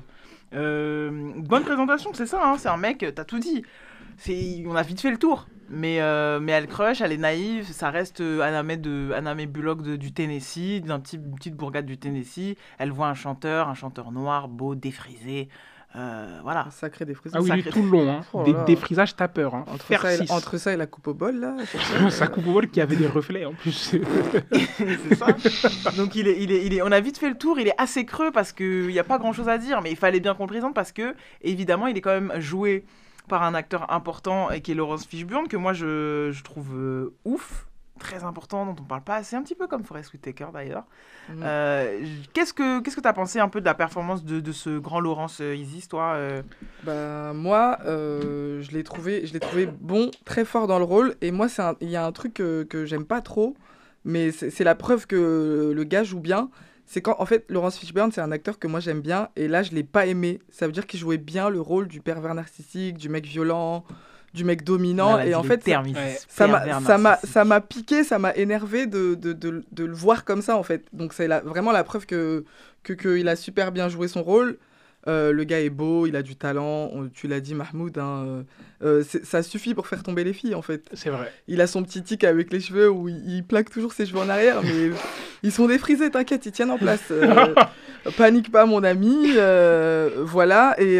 Bonne présentation, c'est ça, hein, c'est un mec, t'as tout dit. On a vite fait le tour. Mais elle crush, elle est naïve, ça reste Anna May Bullock du Tennessee, d'une petite bourgade du Tennessee. Elle voit un chanteur noir, beau, défrisé. Voilà. Un sacré défrisé. Ah oui, lui, Sacré- tout le long, hein. Oh Des là. défrisages tapeurs. Hein. Entre ça et la coupe au bol, là. Sa coupe au bol qui avait des reflets, en plus. C'est ça. Donc on a vite fait le tour, il est assez creux parce qu'il n'y a pas grand chose à dire, mais il fallait bien qu'on le présente parce que, évidemment, il est quand même joué par un acteur important et qui est Laurence Fishburne, que moi je trouve ouf, très important, dont on parle pas assez, un petit peu comme Forest Whitaker d'ailleurs. Mm. Qu'est-ce que tu as pensé un peu de la performance de ce grand Laurence Isis, toi Bah, moi, je l'ai trouvé bon, très fort dans le rôle. Et moi, il y a un truc que j'aime pas trop, mais c'est la preuve que le gars joue bien. C'est quand, en fait, Laurence Fishburne, c'est un acteur que moi j'aime bien. Et là, je l'ai pas aimé. Ça veut dire qu'il jouait bien le rôle du pervers narcissique, du mec violent, du mec dominant. Voilà, Et en dit fait, le terme, ça pervers narcissique. m'a piqué, ça m'a énervé de le voir comme ça, en fait. Donc, c'est vraiment la preuve qu'il a super bien joué son rôle. Le gars est beau, il a du talent, tu l'as dit Mahmoud, hein, ça suffit pour faire tomber les filles en fait. C'est vrai. Il a son petit tic avec les cheveux où il plaque toujours ses cheveux en arrière, mais ils sont défrisés, t'inquiète, ils tiennent en place. Panique pas mon ami, voilà, et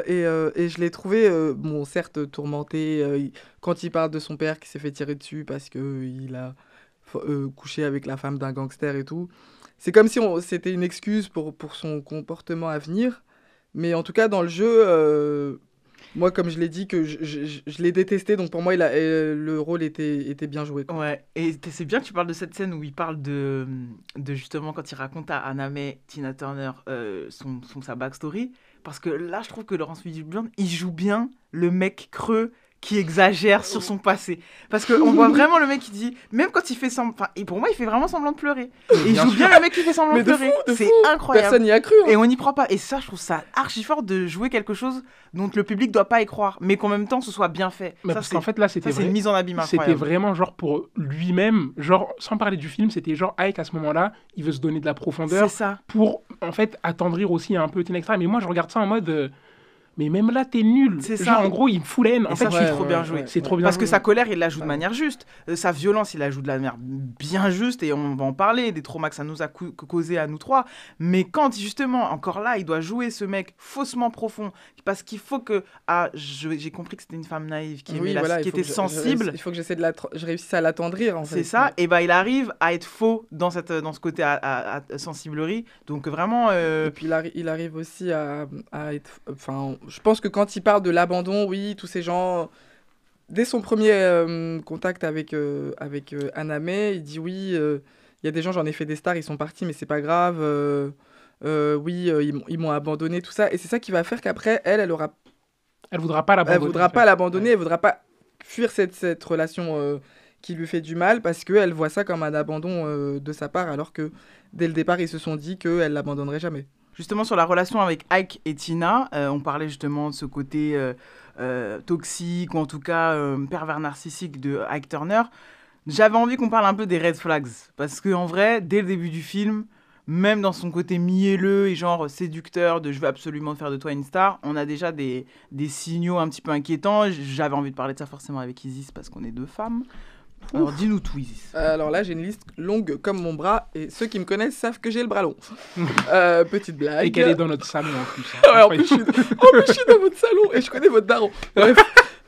je l'ai trouvé, bon certes tourmenté, quand il parle de son père qui s'est fait tirer dessus parce qu'il a couché avec la femme d'un gangster et tout. C'est comme si c'était une excuse pour son comportement à venir. Mais en tout cas, dans le jeu, moi, comme je l'ai dit, que je l'ai détesté, donc pour moi, le rôle était bien joué, quoi. Ouais, et c'est bien que tu parles de cette scène où il parle de justement quand il raconte à Anna May, Tina Turner, sa backstory, parce que là, je trouve que Laurence Fishburne, il joue bien le mec creux qui exagère sur son passé. Parce qu'on voit vraiment le mec qui dit, même quand il fait semblant, enfin, et pour moi, il fait vraiment semblant de pleurer. Et il joue bien le mec qui fait semblant Mais de pleurer. C'est incroyable. Personne n'y a cru. Hein. Et on n'y croit pas. Et ça, je trouve ça archi fort de jouer quelque chose dont le public doit pas y croire, mais qu'en même temps, ce soit bien fait. Mais Ça, parce qu'en fait, là, c'était c'est une mise en abîme C'était incroyable. vraiment genre pour lui-même, genre sans parler du film, c'était genre Ike à ce moment-là, il veut se donner de la profondeur C'est ça. pour en fait attendrir aussi un peu Teen Extra. Mais moi, je regarde ça en mode. Mais même là, t'es nul. C'est ça. Genre, en gros, il me fout la haine. En Et fait, ça, je suis c'est trop bien joué. C'est trop bien Parce que joué. sa colère, il la joue de manière juste. Sa violence, il la joue de la manière bien juste. Et on va en parler, des traumas que ça nous a causé à nous trois. Mais quand, justement, encore là, il doit jouer ce mec faussement profond. Parce qu'il faut que... j'ai compris que c'était une femme naïve qui, aimait qui était sensible. Il faut que je réussisse à l'attendrir, en fait. C'est ça. Et il arrive à être faux dans ce côté à sensiblerie. Donc vraiment... Et puis il arrive aussi à être... Enfin, je pense que quand il parle de l'abandon, oui, tous ces gens... Dès son premier contact avec Anna May, il dit oui, il y a des gens, j'en ai fait des stars, ils sont partis, mais c'est pas grave. Oui, ils m'ont abandonné, tout ça. Et c'est ça qui va faire qu'après, elle voudra pas l'abandonner. Elle voudra pas l'abandonner, elle voudra pas fuir cette relation qui lui fait du mal parce qu'elle voit ça comme un abandon de sa part, alors que dès le départ, ils se sont dit qu'elle l'abandonnerait jamais. Justement, sur la relation avec Ike et Tina, on parlait justement de ce côté toxique, ou en tout cas pervers narcissique de Ike Turner. J'avais envie qu'on parle un peu des red flags, parce qu'en vrai, dès le début du film, même dans son côté mielleux et genre séducteur de « je veux absolument faire de toi une star », on a déjà des signaux un petit peu inquiétants. J'avais envie de parler de ça forcément avec Isis, parce qu'on est deux femmes. Alors dis-nous tout, Isis. Alors là, j'ai une liste longue comme mon bras, et ceux qui me connaissent savent que j'ai le bras long. Petite blague. Et qu'elle est dans notre salon en plus. Hein. Ouais, en plus, je suis dans votre salon et je connais votre daron. Bref,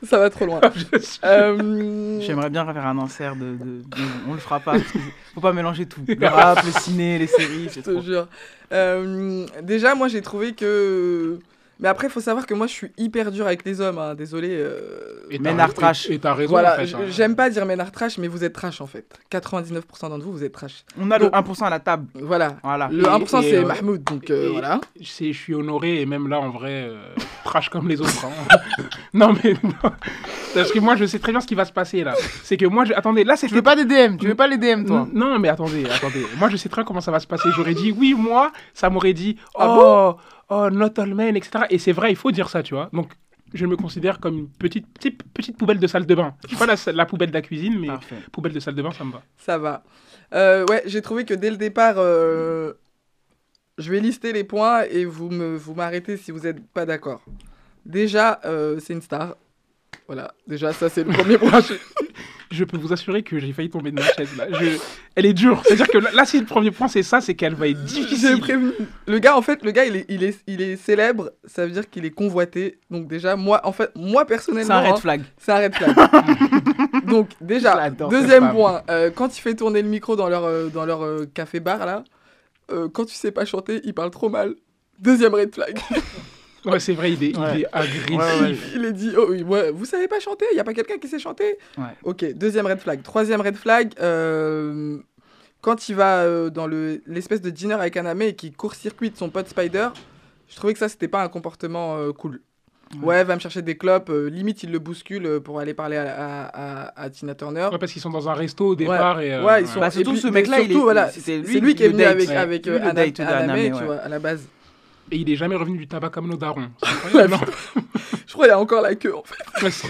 Ça va trop loin. J'aimerais bien faire un insert mais on le fera pas, parce qu'il faut pas mélanger tout. Le rap, le ciné, les séries, Je c'est te trop. jure. Déjà, moi, j'ai trouvé que... Mais après, il faut savoir que moi, je suis hyper dur avec les hommes, hein. Désolé. Et Ménard trash. Et t'as raison, Voilà, en fait. hein. j'aime pas dire ménard trash, mais vous êtes trash, en fait. 99% d'entre vous, vous êtes trash. On a le Donc- 1% à la table. Voilà. Voilà. Le 1%, Et, c'est Mahmoud, donc et- voilà. Je suis honoré, et même là, en vrai, trash comme les autres. hein. non, mais non. Parce que moi, je sais très bien ce qui va se passer, là. C'est que moi, attendez, là, Tu c'était veux pas des DM? Tu veux pas les DM, toi? Non, mais attendez. Moi, je sais très bien comment ça va se passer. J'aurais dit oui, moi, ça m'aurait dit Ah oh, not all men, etc. Et c'est vrai, il faut dire ça, tu vois. Donc, je me considère comme une petite poubelle de salle de bain. Je suis pas la poubelle de la cuisine, mais Parfait. poubelle de salle de bain, ça me va. Ça va. Ouais, j'ai trouvé que dès le départ, je vais lister les points et vous m'arrêtez si vous n'êtes pas d'accord. Déjà, c'est une star. Voilà, déjà, ça, c'est le premier point. Je peux vous assurer que j'ai failli tomber de ma chaise, là. Elle est dure. C'est-à-dire que là, si le premier point, c'est ça, c'est qu'elle va être J'ai difficile. prévenu. Le gars, il est célèbre. Ça veut dire qu'il est convoité. Donc déjà, moi, personnellement, C'est un red hein, flag. c'est un red flag. Donc déjà, J'adore cette deuxième femme. point, quand il fait tourner le micro dans leur café-bar, là, quand tu sais pas chanter, il parle trop mal. Deuxième red flag. Ouais, c'est vrai, il est agressif. Ouais. Il est dit, oh oui, ouais, vous savez pas chanter? Il y a pas quelqu'un qui sait chanter? Ouais. Ok, deuxième red flag. Troisième red flag, quand il va dans l'espèce de dîner avec Aname et qui court-circuite son pote Spider, je trouvais que ça, c'était pas un comportement cool. Ouais, va me chercher des clopes, limite il le bouscule pour aller parler à Tina Turner. Ouais, parce qu'ils sont dans un resto au départ. Et, Ouais, ils sont. Bah, et surtout, puis- ce mais mec-là, il est- surtout, voilà, c'est c'est lui qui est le venu date, avec, ouais. avec Lui, le Aname, date de Aname, tu ouais. vois, à la base. Et il est jamais revenu du tabac comme nos darons. C'est incroyable, non Je crois qu'il y a encore la queue en fait. Ouais, c'est-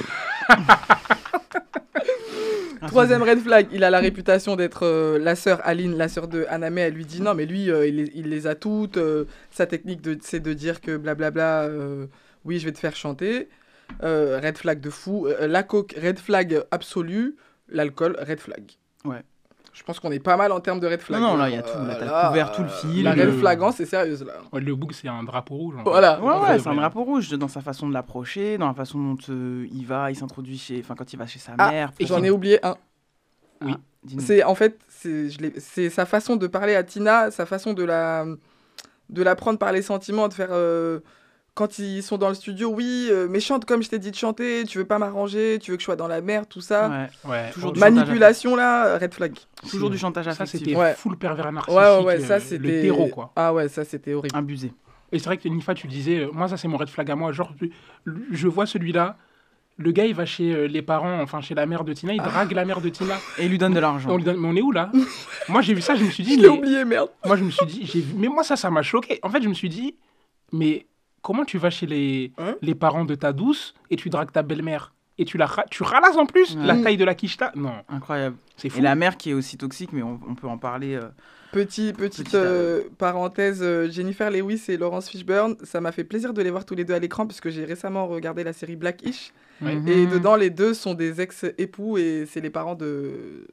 Troisième red flag, il a la réputation d'être la sœur Aline, la sœur de Aname. Elle lui dit non, mais lui, il les a toutes. Sa technique, c'est de dire que blablabla, oui, je vais te faire chanter. Red flag de fou. La coke, red flag absolu. L'alcool, red flag. Ouais. Je pense qu'on est pas mal en termes de red flag. Non, là, il y a tout. Là, t'as couvert tout le fil. La le- red flagance, c'est sérieuse là. Ouais, le bouc, c'est un drapeau rouge. en fait. Voilà. Ouais, c'est un vrai. drapeau rouge dans sa façon de l'approcher, dans la façon dont il s'introduit quand il va chez sa Ah, mère. J'en ai oublié un. Oui. Dis-nous. C'est en fait, c'est sa façon de parler à Tina, sa façon de la prendre par les sentiments, de faire quand ils sont dans le studio, oui, mais chante comme je t'ai dit de chanter, tu veux pas m'arranger, tu veux que je sois dans la merde, tout ça. Ouais. Ouais. Toujours Oh, du Manipulation là, red flag. Toujours du chantage Ça, affectif. c'était Ouais. full pervers narcissique. Ouais, ça le c'était. terreau, quoi. Ah ouais, ça c'était horrible. Abusé. Et c'est vrai que Nifa, tu disais, moi, ça, c'est mon red flag à moi. Genre, je vois celui-là. Le gars, il va chez les parents, enfin chez la mère de Tina, il drague la mère de Tina. Et il lui donne de l'argent. On lui donne, mais on est où là? Moi, j'ai vu ça, je me suis dit, Je l'ai mais, oublié, merde. moi, je me suis dit, mais moi, ça m'a choqué. En fait, je me suis dit, mais comment tu vas chez Hein les parents de ta douce et tu dragues ta belle-mère et tu ralasses en plus Ouais. la taille de la quiche là? Non, Incroyable. c'est fou. Et la mère qui est aussi toxique, mais on peut en parler. Petite Petite, parenthèse, Jennifer Lewis et Laurence Fishburne, ça m'a fait plaisir de les voir tous les deux à l'écran puisque j'ai récemment regardé la série Blackish. Ouais. Et Mhm. dedans, les deux sont des ex-époux et c'est les parents du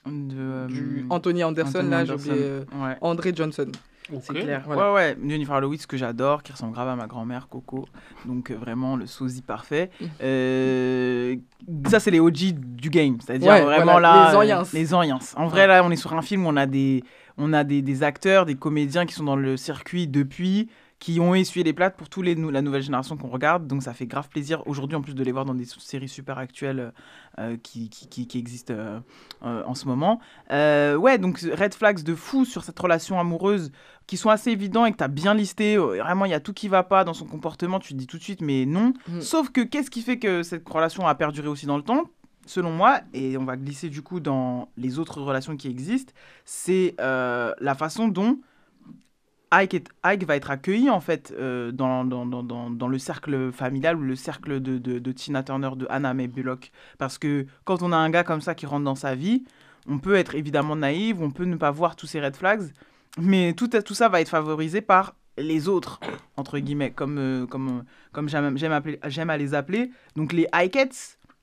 Anthony Anderson, Anthony là, j'ai Anderson. oublié, Ouais. André Johnson. Ok. C'est clair. Voilà. Ouais. Jennifer Lewis, que j'adore, qui ressemble grave à ma grand-mère, Coco. Donc, vraiment, le sosie parfait. Ça, c'est les OG du game. C'est-à-dire Ouais, vraiment voilà, là. les Anciens. Les Anciens. En vrai, là, on est sur un film où on a des acteurs, des comédiens qui sont dans le circuit depuis, qui ont essuyé les plates pour la nouvelle génération qu'on regarde. Donc, ça fait grave plaisir aujourd'hui, en plus, de les voir dans des séries super actuelles qui existent en ce moment. Ouais, donc red flags de fou sur cette relation amoureuse qui sont assez évidents et que tu as bien listé. Vraiment, il y a tout qui va pas dans son comportement. Tu te dis tout de suite, mais non. Sauf que qu'est-ce qui fait que cette relation a perduré aussi dans le temps ? Selon moi, et on va glisser du coup dans les autres relations qui existent, c'est la façon dont Ike va être accueilli en fait dans le cercle familial ou le cercle de Tina Turner, de Anna Mae Bullock. Parce que quand on a un gars comme ça qui rentre dans sa vie, on peut être évidemment naïf, on peut ne pas voir tous ces red flags, mais tout ça va être favorisé par les autres, entre guillemets, comme j'aime à les appeler. Donc les Ikeettes,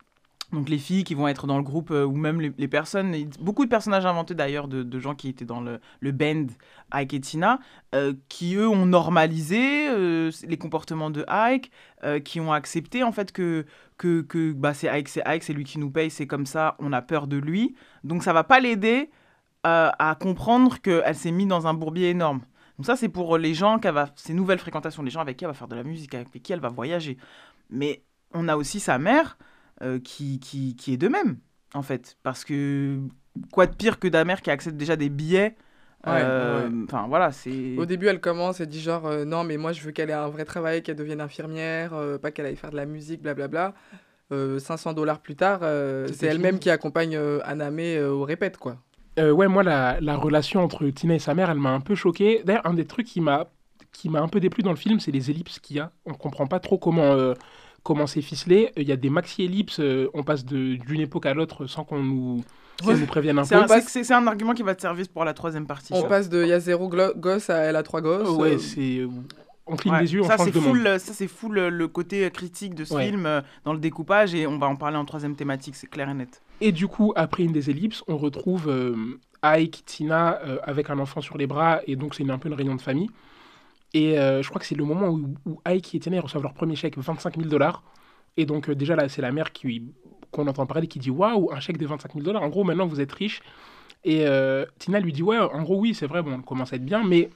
Donc les filles qui vont être dans le groupe, ou même les personnes, beaucoup de personnages inventés d'ailleurs de gens qui étaient dans le band Ike et Tina, qui eux ont normalisé les comportements de Ike, qui ont accepté en fait que bah, c'est Ike, c'est lui qui nous paye, c'est comme ça, on a peur de lui. Donc ça va pas l'aider à comprendre qu'elle s'est mise dans un bourbier énorme. Donc ça c'est pour les gens ces nouvelles fréquentations, les gens avec qui elle va faire de la musique, avec qui elle va voyager. Mais on a aussi sa mère, qui est de même, en fait. Parce que quoi de pire que ta mère qui accepte déjà des billets. Enfin, voilà, c'est... Au début, elle commence, elle dit genre non, mais moi je veux qu'elle ait un vrai travail, qu'elle devienne infirmière, pas qu'elle aille faire de la musique, blablabla. $500 plus tard, c'est elle-même qui accompagne Anamé au répète, quoi. Ouais, moi, la relation entre Tina et sa mère, elle m'a un peu choqué. D'ailleurs, un des trucs qui m'a un peu déplu dans le film, c'est les ellipses qu'il y a. On comprend pas trop comment c'est ficelé. Il y a des maxi-ellipses, on passe d'une époque à l'autre sans qu'on nous prévienne un peu. C'est un argument qui va te servir pour la troisième partie. On passe de il y a 0 gosse à elle a 3 gosses. Ouais, on cligne des yeux, on change de monde. Ça, c'est full le côté critique de ce film dans le découpage, et on va en parler en troisième thématique, c'est clair et net. Et du coup, après une des ellipses, on retrouve Ike, Tina avec un enfant sur les bras, et donc c'est un peu une réunion de famille. Et je crois que c'est le moment où Ike et Tina ils reçoivent leur premier chèque, $25 000. Et donc déjà là, c'est la mère qu'on entend parler qui dit « Waouh, un chèque de $25 000, en gros maintenant vous êtes riche ». Et Tina lui dit « Ouais, en gros oui, c'est vrai, bon, on commence à être bien, mais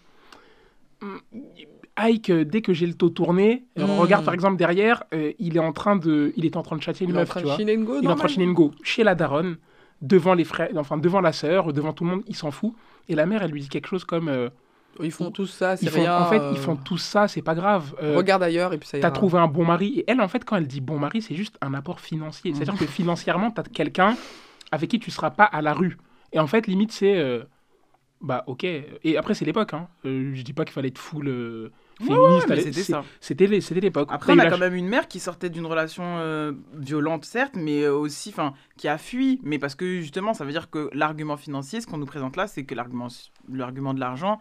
Ike, dès que j'ai le dos tourné, regarde par exemple derrière, il était en train de châtier une meuf, tu vois. Il est en train de chiner une go chez la daronne, devant les frères, enfin devant la sœur, devant tout le monde, il s'en fout. Et la mère, elle lui dit quelque chose comme ils font tout ça, c'est rien. En fait, ils font tout ça, c'est pas grave. Regarde ailleurs et puis ça ira. T'as trouvé un bon mari. Et elle, en fait, quand elle dit bon mari, c'est juste un apport financier. C'est-à-dire que financièrement, t'as quelqu'un avec qui tu seras pas à la rue. Et en fait, limite, c'est bah ok. Et après, c'est l'époque. Hein. Je dis pas qu'il fallait être full féministe. Mais c'était ça. C'était l'époque. Après, on a quand même une mère qui sortait d'une relation violente, certes, mais aussi, qui a fui. Mais parce que justement, ça veut dire que l'argument financier, ce qu'on nous présente là, c'est que l'argument de l'argent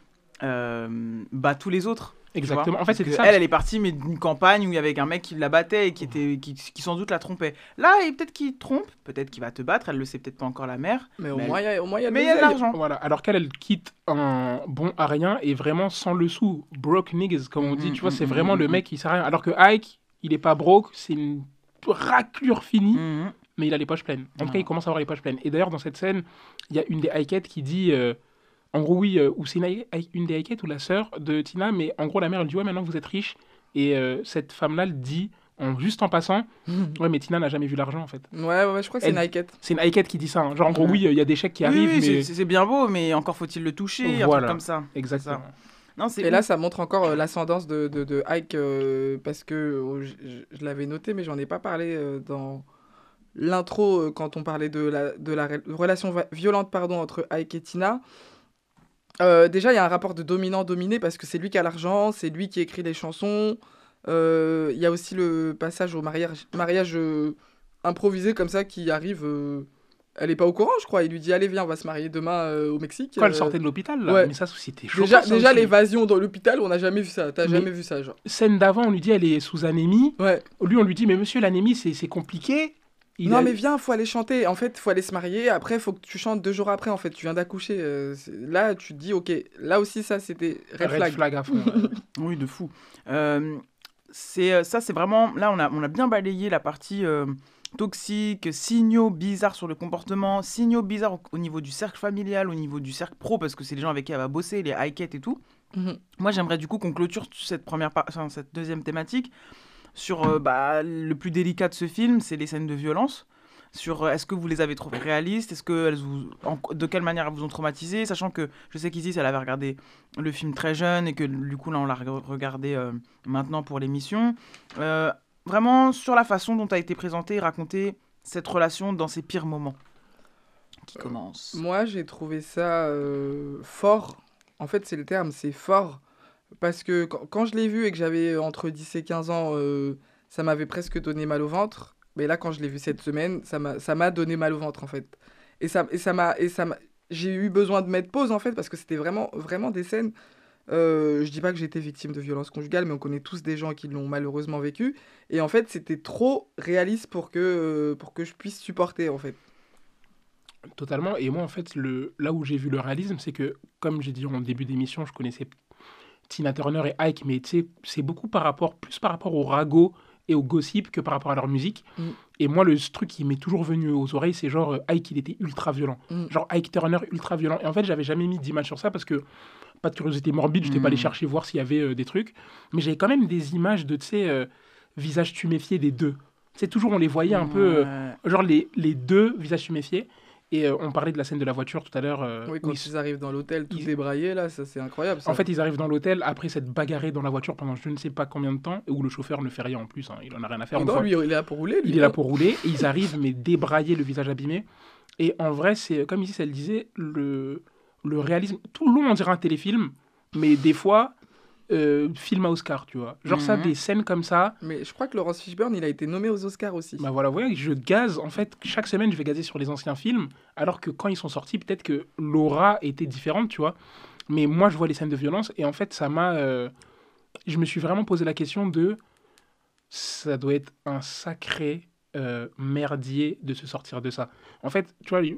bat tous les autres. Exactement. En fait, c'était ça. Elle est partie, mais d'une campagne où il y avait un mec qui la battait et qui sans doute la trompait. Là, peut-être qu'il trompe, peut-être qu'il va te battre. Elle le sait peut-être pas encore, la mère. Mais au moins, il y a de l'argent. Voilà. Alors qu'elle quitte un bon à rien et vraiment sans le sou. Broke niggas, comme on dit. Tu vois, c'est vraiment le mec qui sert à rien. Alors que Ike, il est pas broke, c'est une raclure finie, mais il a les poches pleines. En tout cas, il commence à avoir les poches pleines. Et d'ailleurs, dans cette scène, il y a une des Ikeettes qui dit. En gros, oui, ou c'est une des Ikeettes ou la sœur de Tina, mais en gros, la mère, elle dit « Ouais, maintenant vous êtes riche ». Et cette femme-là, elle dit, juste en passant, « Ouais, mais Tina n'a jamais vu l'argent, en fait ». Ouais, je crois que c'est une Ikeette. C'est une Ikeette qui dit ça. Hein. Genre, en gros, oui, il y a des chèques qui arrivent, mais... c'est bien beau, mais encore faut-il le toucher, voilà. Un truc comme ça. Exactement. Non, là, ça montre encore l'ascendance de Ike, parce que je l'avais noté, mais j'en ai pas parlé dans l'intro, quand on parlait de la relation violente entre Ike et Tina. Déjà, il y a un rapport de dominant-dominé parce que c'est lui qui a l'argent, c'est lui qui écrit les chansons. Il y a aussi le passage au mariage improvisé comme ça qui arrive. Elle n'est pas au courant, je crois. Il lui dit « Allez, viens, on va se marier demain au Mexique. » Quand elle sortait de l'hôpital, là. Ouais. Mais ça, c'était chaud. Déjà l'évasion dans l'hôpital, on n'a jamais vu ça. T'as jamais vu ça, genre. Scène d'avant, on lui dit « Elle est sous anémie. » Ouais. Lui, on lui dit « Mais monsieur, l'anémie, c'est compliqué. » Mais viens, faut aller chanter. En fait, faut aller se marier. Après, faut que tu chantes 2 jours après. En fait, tu viens d'accoucher. Là, tu te dis, ok. Là aussi, ça, c'était red flag à fond. Oui, de fou. C'est vraiment. Là, on a bien balayé la partie toxique, signaux bizarres sur le comportement, signaux bizarres au niveau du cercle familial, au niveau du cercle pro, parce que c'est les gens avec qui elle va bosser, les Ikeettes et tout. Moi, j'aimerais du coup qu'on clôture cette deuxième thématique. Sur le plus délicat de ce film, c'est les scènes de violence. Sur est-ce que vous les avez trouvées réalistes, de quelle manière elles vous ont traumatisé, sachant que je sais qu'Isis, elle avait regardé le film très jeune et que du coup là on l'a regardé maintenant pour l'émission. Vraiment sur la façon dont a été présentée et racontée cette relation dans ses pires moments. Qui commence. Moi j'ai trouvé ça fort. En fait c'est le terme, c'est fort. Parce que quand je l'ai vu et que j'avais entre 10 et 15 ans, ça m'avait presque donné mal au ventre. Mais là, quand je l'ai vu cette semaine, ça m'a donné mal au ventre, en fait. J'ai eu besoin de mettre pause, en fait, parce que c'était vraiment, vraiment des scènes Je dis pas que j'ai été victime de violences conjugales, mais on connaît tous des gens qui l'ont malheureusement vécu. Et en fait, c'était trop réaliste pour que je puisse supporter, en fait. Totalement. Et moi, en fait, là où j'ai vu le réalisme, c'est que, comme j'ai dit en début d'émission, je connaissais Tina Turner et Ike, mais tu sais, c'est beaucoup plus par rapport au ragot et au gossip que par rapport à leur musique. Et moi, le truc qui m'est toujours venu aux oreilles, c'est genre Ike, il était ultra violent. Genre Ike Turner, ultra violent. Et en fait, j'avais jamais mis d'image sur ça parce que, pas de curiosité morbide, je n'étais pas allé chercher voir s'il y avait des trucs. Mais j'avais quand même des images de, tu sais, visages tuméfiés des deux. C'est toujours, on les voyait un peu, genre les deux visages tuméfiés. Et on parlait de la scène de la voiture tout à l'heure. Oui, quand ils arrivent dans l'hôtel, tout débraillé, là, ça c'est incroyable. Ça. En fait, ils arrivent dans l'hôtel après s'être bagarrés dans la voiture pendant je ne sais pas combien de temps, où le chauffeur ne fait rien en plus, hein, il en a rien à faire. Non, lui, il est là pour rouler. Il est là pour rouler, et ils arrivent, mais débraillés, le visage abîmé. Et en vrai, c'est comme ici, ça le disait, le réalisme. Tout le long, on dirait un téléfilm, mais des fois, film à Oscar, tu vois. Genre ça, des scènes comme ça. Mais je crois que Laurence Fishburne, il a été nommé aux Oscars aussi. Bah voilà, vous voyez, je gaze, en fait, chaque semaine, je vais gazer sur les anciens films, alors que quand ils sont sortis, peut-être que l'aura était différente, tu vois. Mais moi, je vois les scènes de violence, et en fait, ça m'a... je me suis vraiment posé la question de... Ça doit être un sacré merdier de se sortir de ça. En fait, tu vois,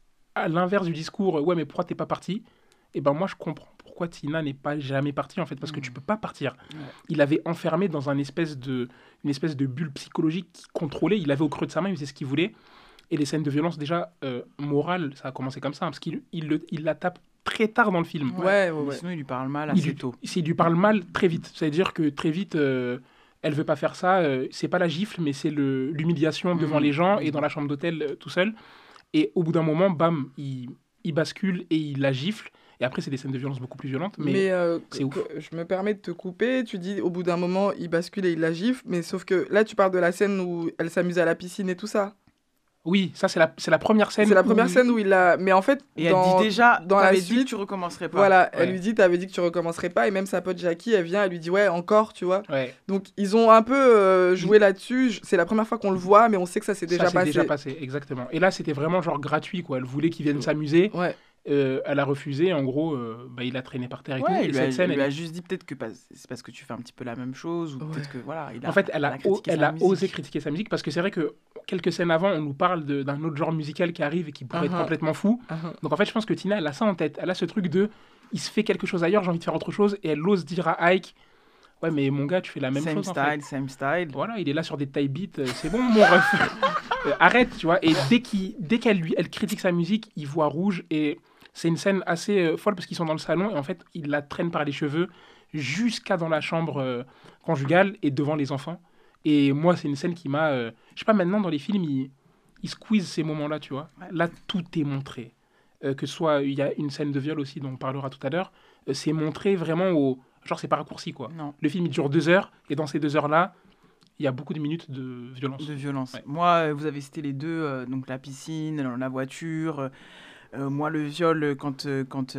à l'inverse du discours, ouais, mais pourquoi t'es pas parti ? Et ben moi, je comprends pourquoi Tina n'est pas jamais partie, en fait, parce que tu peux pas partir. Ouais. Il avait enfermé dans une espèce de bulle psychologique qui contrôlait, il avait au creux de sa main, il faisait ce qu'il voulait. Et les scènes de violence, déjà, morale, ça a commencé comme ça, hein, parce qu'il la tape très tard dans le film. Ouais. Sinon, il lui parle mal assez tôt. Il lui parle mal très vite. C'est-à-dire que très vite, elle veut pas faire ça. C'est pas la gifle, mais c'est l'humiliation devant les gens et dans la chambre d'hôtel tout seul. Et au bout d'un moment, bam, il bascule et il la gifle. Et après, c'est des scènes de violence beaucoup plus violentes. Mais c'est ouf. Je me permets de te couper. Tu dis, au bout d'un moment, il bascule et il la gifle. Mais sauf que là, tu parles de la scène où elle s'amuse à la piscine et tout ça. Oui, ça, c'est la première scène. C'est la première scène où il l'a... Mais en fait, et elle dit déjà, dans la suite, dit que tu recommencerais pas. Voilà, elle lui dit, t'avais dit que tu recommencerais pas. Et même sa pote Jackie, elle vient, elle lui dit, ouais, encore, tu vois. Ouais. Donc, ils ont un peu joué là-dessus. C'est la première fois qu'on le voit, mais on sait que ça s'est déjà passé. Ça s'est déjà passé, exactement. Et là, c'était vraiment genre gratuit, quoi. Elle voulait qu'il vienne s'amuser. Ouais. Elle a refusé, en gros, il l'a traîné par terre et tout. Et cette scène, elle lui a juste dit peut-être que c'est parce que tu fais un petit peu la même chose, ou peut-être que voilà. En fait, elle a osé critiquer sa musique parce que c'est vrai que quelques scènes avant, on nous parle d'un autre genre musical qui arrive et qui pourrait être complètement fou. Donc en fait, je pense que Tina, elle a ça en tête. Elle a ce truc de, il se fait quelque chose ailleurs, j'ai envie de faire autre chose, et elle ose dire à Ike, ouais, mais mon gars, tu fais la même chose. Same style. Voilà, il est là sur des taille beats, c'est bon, mon ref. Arrête, tu vois. Et dès qu'elle critique sa musique, il voit rouge. Et c'est une scène assez folle parce qu'ils sont dans le salon et en fait, il la traîne par les cheveux jusqu'à dans la chambre conjugale et devant les enfants. Et moi, c'est une scène qui m'a... je sais pas, maintenant, dans les films, ils squeezent ces moments-là, tu vois. Là, tout est montré. Que ce soit, il y a une scène de viol aussi dont on parlera tout à l'heure. C'est montré vraiment au... Genre, c'est pas raccourci, quoi. Non. Le film, il dure 2 heures et dans ces 2 heures-là, il y a beaucoup de minutes de violence. Ouais. Moi, vous avez cité les deux, donc la piscine, la voiture... moi, le viol contre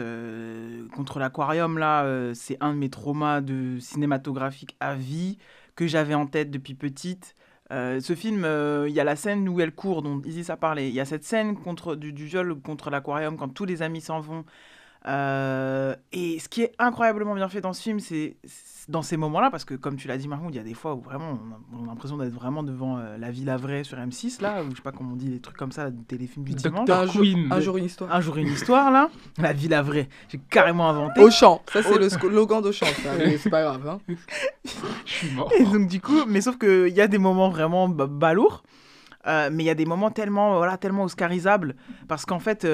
l'aquarium, là, c'est un de mes traumas cinématographiques à vie que j'avais en tête depuis petite. Ce film, il y a la scène où elle court, dont Isis a parlé. Il y a cette scène du viol contre l'aquarium, quand tous les amis s'en vont. Et ce qui est incroyablement bien fait dans ce film, c'est dans ces moments-là, parce que comme tu l'as dit, Mahmoud, il y a des fois où vraiment on a l'impression d'être vraiment devant La Vie la Vraie sur M6, là, ou je sais pas comment on dit, des trucs comme ça, des téléfilms du dimanche. Un jour une histoire. Un jour une histoire, là. La Vie la Vraie, j'ai carrément inventé. Auchan, ça c'est le slogan d'Auchan, mais c'est pas grave. Hein. Je suis mort. Et donc du coup, mais sauf qu'il y a des moments vraiment balourds, mais il y a des moments tellement oscarisables, parce qu'en fait...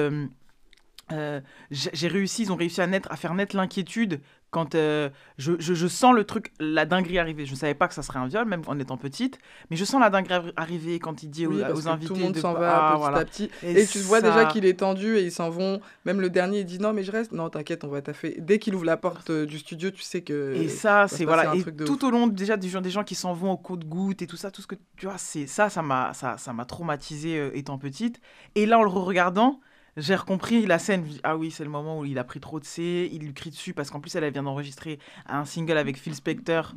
ils ont réussi à faire naître l'inquiétude quand je sens le truc, la dinguerie arriver. Je ne savais pas que ça serait un viol, même en étant petite, mais je sens la dinguerie arriver quand il dit aux invités. Tout le monde s'en va petit à petit. Et tu vois déjà qu'il est tendu et ils s'en vont. Même le dernier, il dit non, mais je reste. Non, t'inquiète, on va taffer. Dès qu'il ouvre la porte du studio, tu sais que. Et ça, c'est voilà. Et tout au long, déjà, des gens qui s'en vont au compte-gouttes et tout ça, tout ce que tu vois, c'est ça m'a traumatisée étant petite. Et là, en le regardant, j'ai recompris la scène. Ah oui, c'est le moment où il a pris trop de C, il lui crie dessus parce qu'en plus elle vient d'enregistrer un single avec Phil Spector.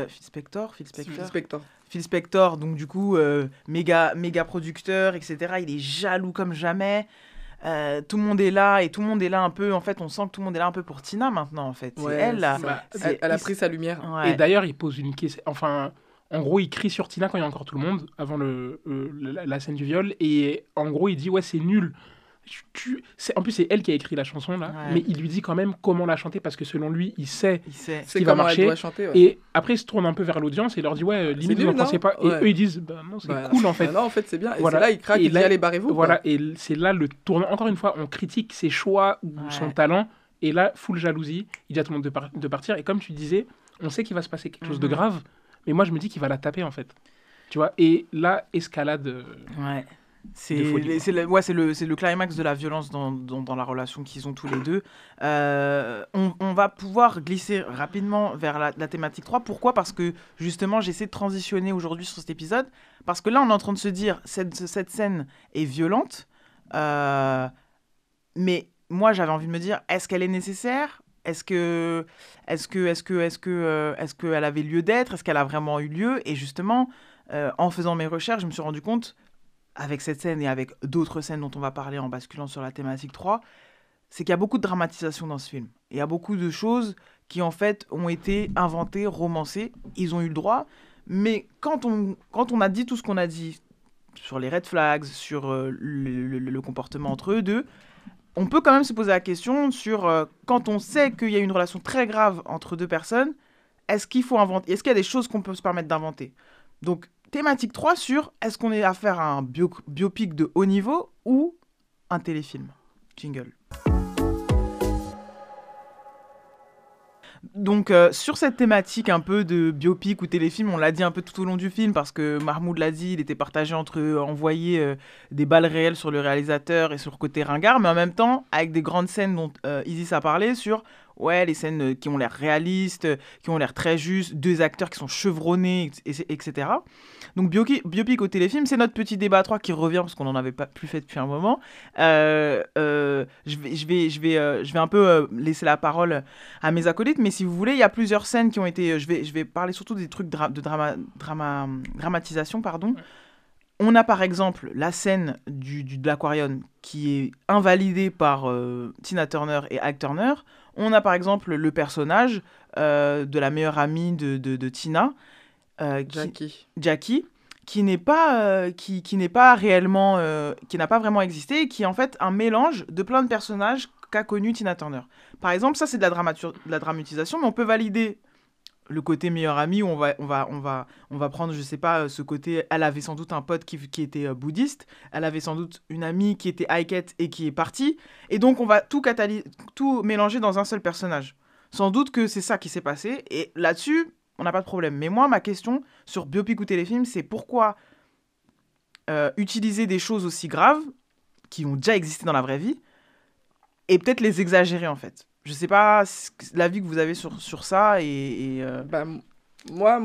Phil Spector, donc du coup méga producteur, etc. Il est jaloux comme jamais. tout le monde est là et tout le monde est là un peu. En fait, on sent que tout le monde est là un peu pour Tina maintenant. En fait, c'est Ouais, elle là. elle a pris sa lumière. Ouais. Et d'ailleurs, il pose une question. Enfin, en gros, il crie sur Tina quand il y a encore tout le monde, avant la scène du viol. Et en gros, il dit ouais, c'est nul. En plus, c'est elle qui a écrit la chanson là, Ouais. mais il lui dit quand même comment la chanter parce que selon lui, il sait Il sait. ce C'est qui va comment marcher. elle doit chanter. Ouais. Et après, il se tourne un peu vers l'audience et leur dit ouais, limite, nul, vous n'en non pensez pas. Ouais. Et eux, ils disent bah non, c'est Bah, cool en fait. Non, en fait, c'est bien. Et Voilà. c'est là, il craque, Et il dit là- allez, barrez-vous. Voilà, quoi. et c'est là le tournant. Encore une fois, on critique ses choix ou Ouais. son talent, et là, full jalousie, il dit à tout le monde de partir. Et comme tu disais, on sait qu'il va se passer quelque chose de Mhm. grave, mais moi, je me dis qu'il va la taper en fait. Tu vois, et là, escalade. Ouais. De folie, quoi. C'est le climax de la violence dans la relation qu'ils ont tous les deux. On va pouvoir glisser rapidement vers la thématique 3. Pourquoi ? Parce que justement, j'essaie de transitionner aujourd'hui sur cet épisode. Parce que là, on est en train de se dire, cette scène est violente. Mais moi, j'avais envie de me dire, est-ce qu'elle est nécessaire ? Est-ce qu'elle avait lieu d'être ? Est-ce qu'elle a vraiment eu lieu ? Et justement, en faisant mes recherches, je me suis rendu compte, avec cette scène et avec d'autres scènes dont on va parler en basculant sur la thématique 3, c'est qu'il y a beaucoup de dramatisation dans ce film. Il y a beaucoup de choses qui, en fait, ont été inventées, romancées. Ils ont eu le droit. Mais quand on a dit tout ce qu'on a dit sur les red flags, sur le comportement entre eux deux, on peut quand même se poser la question sur quand on sait qu'il y a une relation très grave entre deux personnes, est-ce qu'il faut inventer ? Est-ce qu'il y a des choses qu'on peut se permettre d'inventer ? Donc, thématique 3 sur est-ce qu'on est affaire à un biopic de haut niveau ou un téléfilm ? Jingle. Donc, sur cette thématique un peu de biopic ou téléfilm, on l'a dit un peu tout au long du film parce que Mahmoud l'a dit, il était partagé entre envoyer des balles réelles sur le réalisateur et sur le côté ringard, mais en même temps, avec des grandes scènes dont Isis a parlé sur les scènes qui ont l'air réalistes, qui ont l'air très justes, deux acteurs qui sont chevronnés, etc. Donc, biopic au téléfilm, c'est notre petit débat à 3 qui revient parce qu'on n'en avait pas plus fait depuis un moment. Je vais un peu laisser la parole à mes acolytes, mais si vous voulez, il y a plusieurs scènes qui ont été... Je vais parler surtout des trucs de dramatisation, pardon. On a par exemple la scène de l'aquarium qui est invalidée par Tina Turner et Ike Turner. On a par exemple le personnage de la meilleure amie de Tina, Jackie, qui n'est pas réellement, qui n'a pas vraiment existé, et qui est en fait un mélange de plein de personnages qu'a connu Tina Turner. Par exemple, ça c'est de la dramatisation, mais on peut valider le côté meilleure amie où on va prendre, je sais pas, ce côté. Elle avait sans doute un pote qui était bouddhiste, elle avait sans doute une amie qui était Aikette et qui est partie, et donc on va tout mélanger dans un seul personnage. Sans doute que c'est ça qui s'est passé, et là-dessus, on n'a pas de problème. Mais moi, ma question sur biopic ou téléfilm, c'est pourquoi utiliser des choses aussi graves, qui ont déjà existé dans la vraie vie, et peut-être les exagérer en fait. Je sais pas l'avis que vous avez sur ça Moi,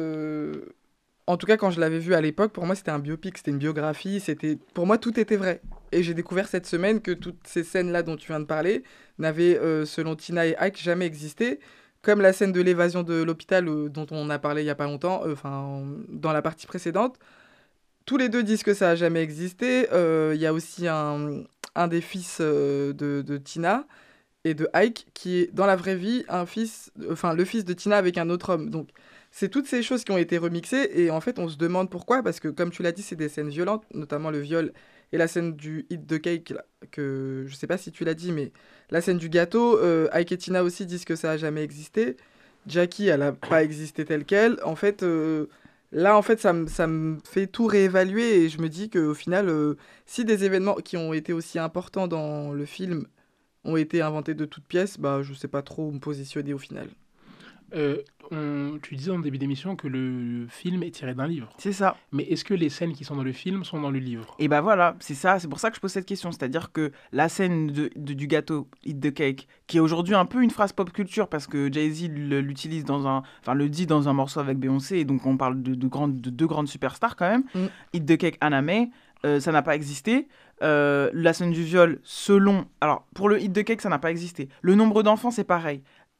en tout cas, quand je l'avais vu à l'époque, pour moi, c'était un biopic, c'était une biographie, pour moi, tout était vrai. Et j'ai découvert cette semaine que toutes ces scènes-là dont tu viens de parler n'avaient, selon Tina et Ike, jamais existé. Comme la scène de l'évasion de l'hôpital dont on a parlé il y a pas longtemps, dans la partie précédente. Tous les deux disent que ça n'a jamais existé. Il y a aussi un des fils de Tina et de Ike, qui est dans la vraie vie le fils de Tina avec un autre homme. Donc, c'est toutes ces choses qui ont été remixées, et en fait, on se demande pourquoi, parce que, comme tu l'as dit, c'est des scènes violentes, notamment le viol et la scène du Eat the Cake, là, que je sais pas si tu l'as dit, mais la scène du gâteau, Ike et Tina aussi disent que ça a jamais existé. Jackie, elle a pas existé telle quelle. En fait, là, en fait, ça me fait tout réévaluer, et je me dis qu'au final, si des événements qui ont été aussi importants dans le film ont été inventés de toutes pièces, je sais pas trop où me positionner au final. Tu disais en début d'émission que le film est tiré d'un livre. C'est ça. Mais est-ce que les scènes qui sont dans le film sont dans le livre ? Et voilà, c'est ça. C'est pour ça que je pose cette question. C'est-à-dire que la scène du gâteau, Eat the Cake, qui est aujourd'hui un peu une phrase pop culture parce que Jay-Z l'utilise le dit dans un morceau avec Beyoncé, et donc on parle de deux grandes superstars quand même. Eat the Cake, Anna May, ça n'a pas existé. La scène du viol, alors pour le Eat the Cake, ça n'a pas existé. Le nombre d'enfants, c'est pareil.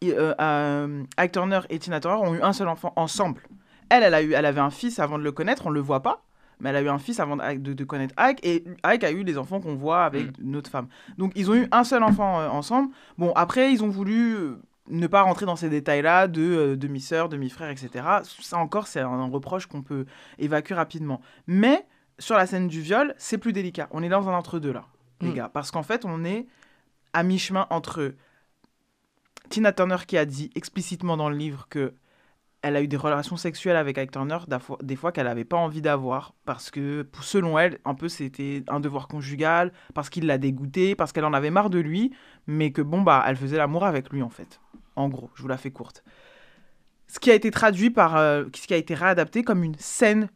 Ike Turner et Tina Turner ont eu un seul enfant ensemble. Elle avait un fils avant de le connaître, on le voit pas. mais elle a eu un fils avant de connaître Ike, et Ike a eu les enfants qu'on voit avec une autre femme. Donc ils ont eu un seul enfant ensemble. Bon, après, ils ont voulu ne pas rentrer dans ces détails-là de demi-sœur, demi-frère, etc. Ça encore, c'est un reproche qu'on peut évacuer rapidement. Mais sur la scène du viol, c'est plus délicat. On est dans un entre-deux là, les gars. Parce qu'en fait, on est à mi-chemin entre Tina Turner qui a dit explicitement dans le livre que elle a eu des relations sexuelles avec Ike Turner des fois qu'elle n'avait pas envie d'avoir parce que, selon elle, un peu c'était un devoir conjugal, parce qu'il l'a dégoûtée, parce qu'elle en avait marre de lui, mais que elle faisait l'amour avec lui en fait. En gros, je vous la fais courte. Ce qui a été traduit ce qui a été réadapté comme une scène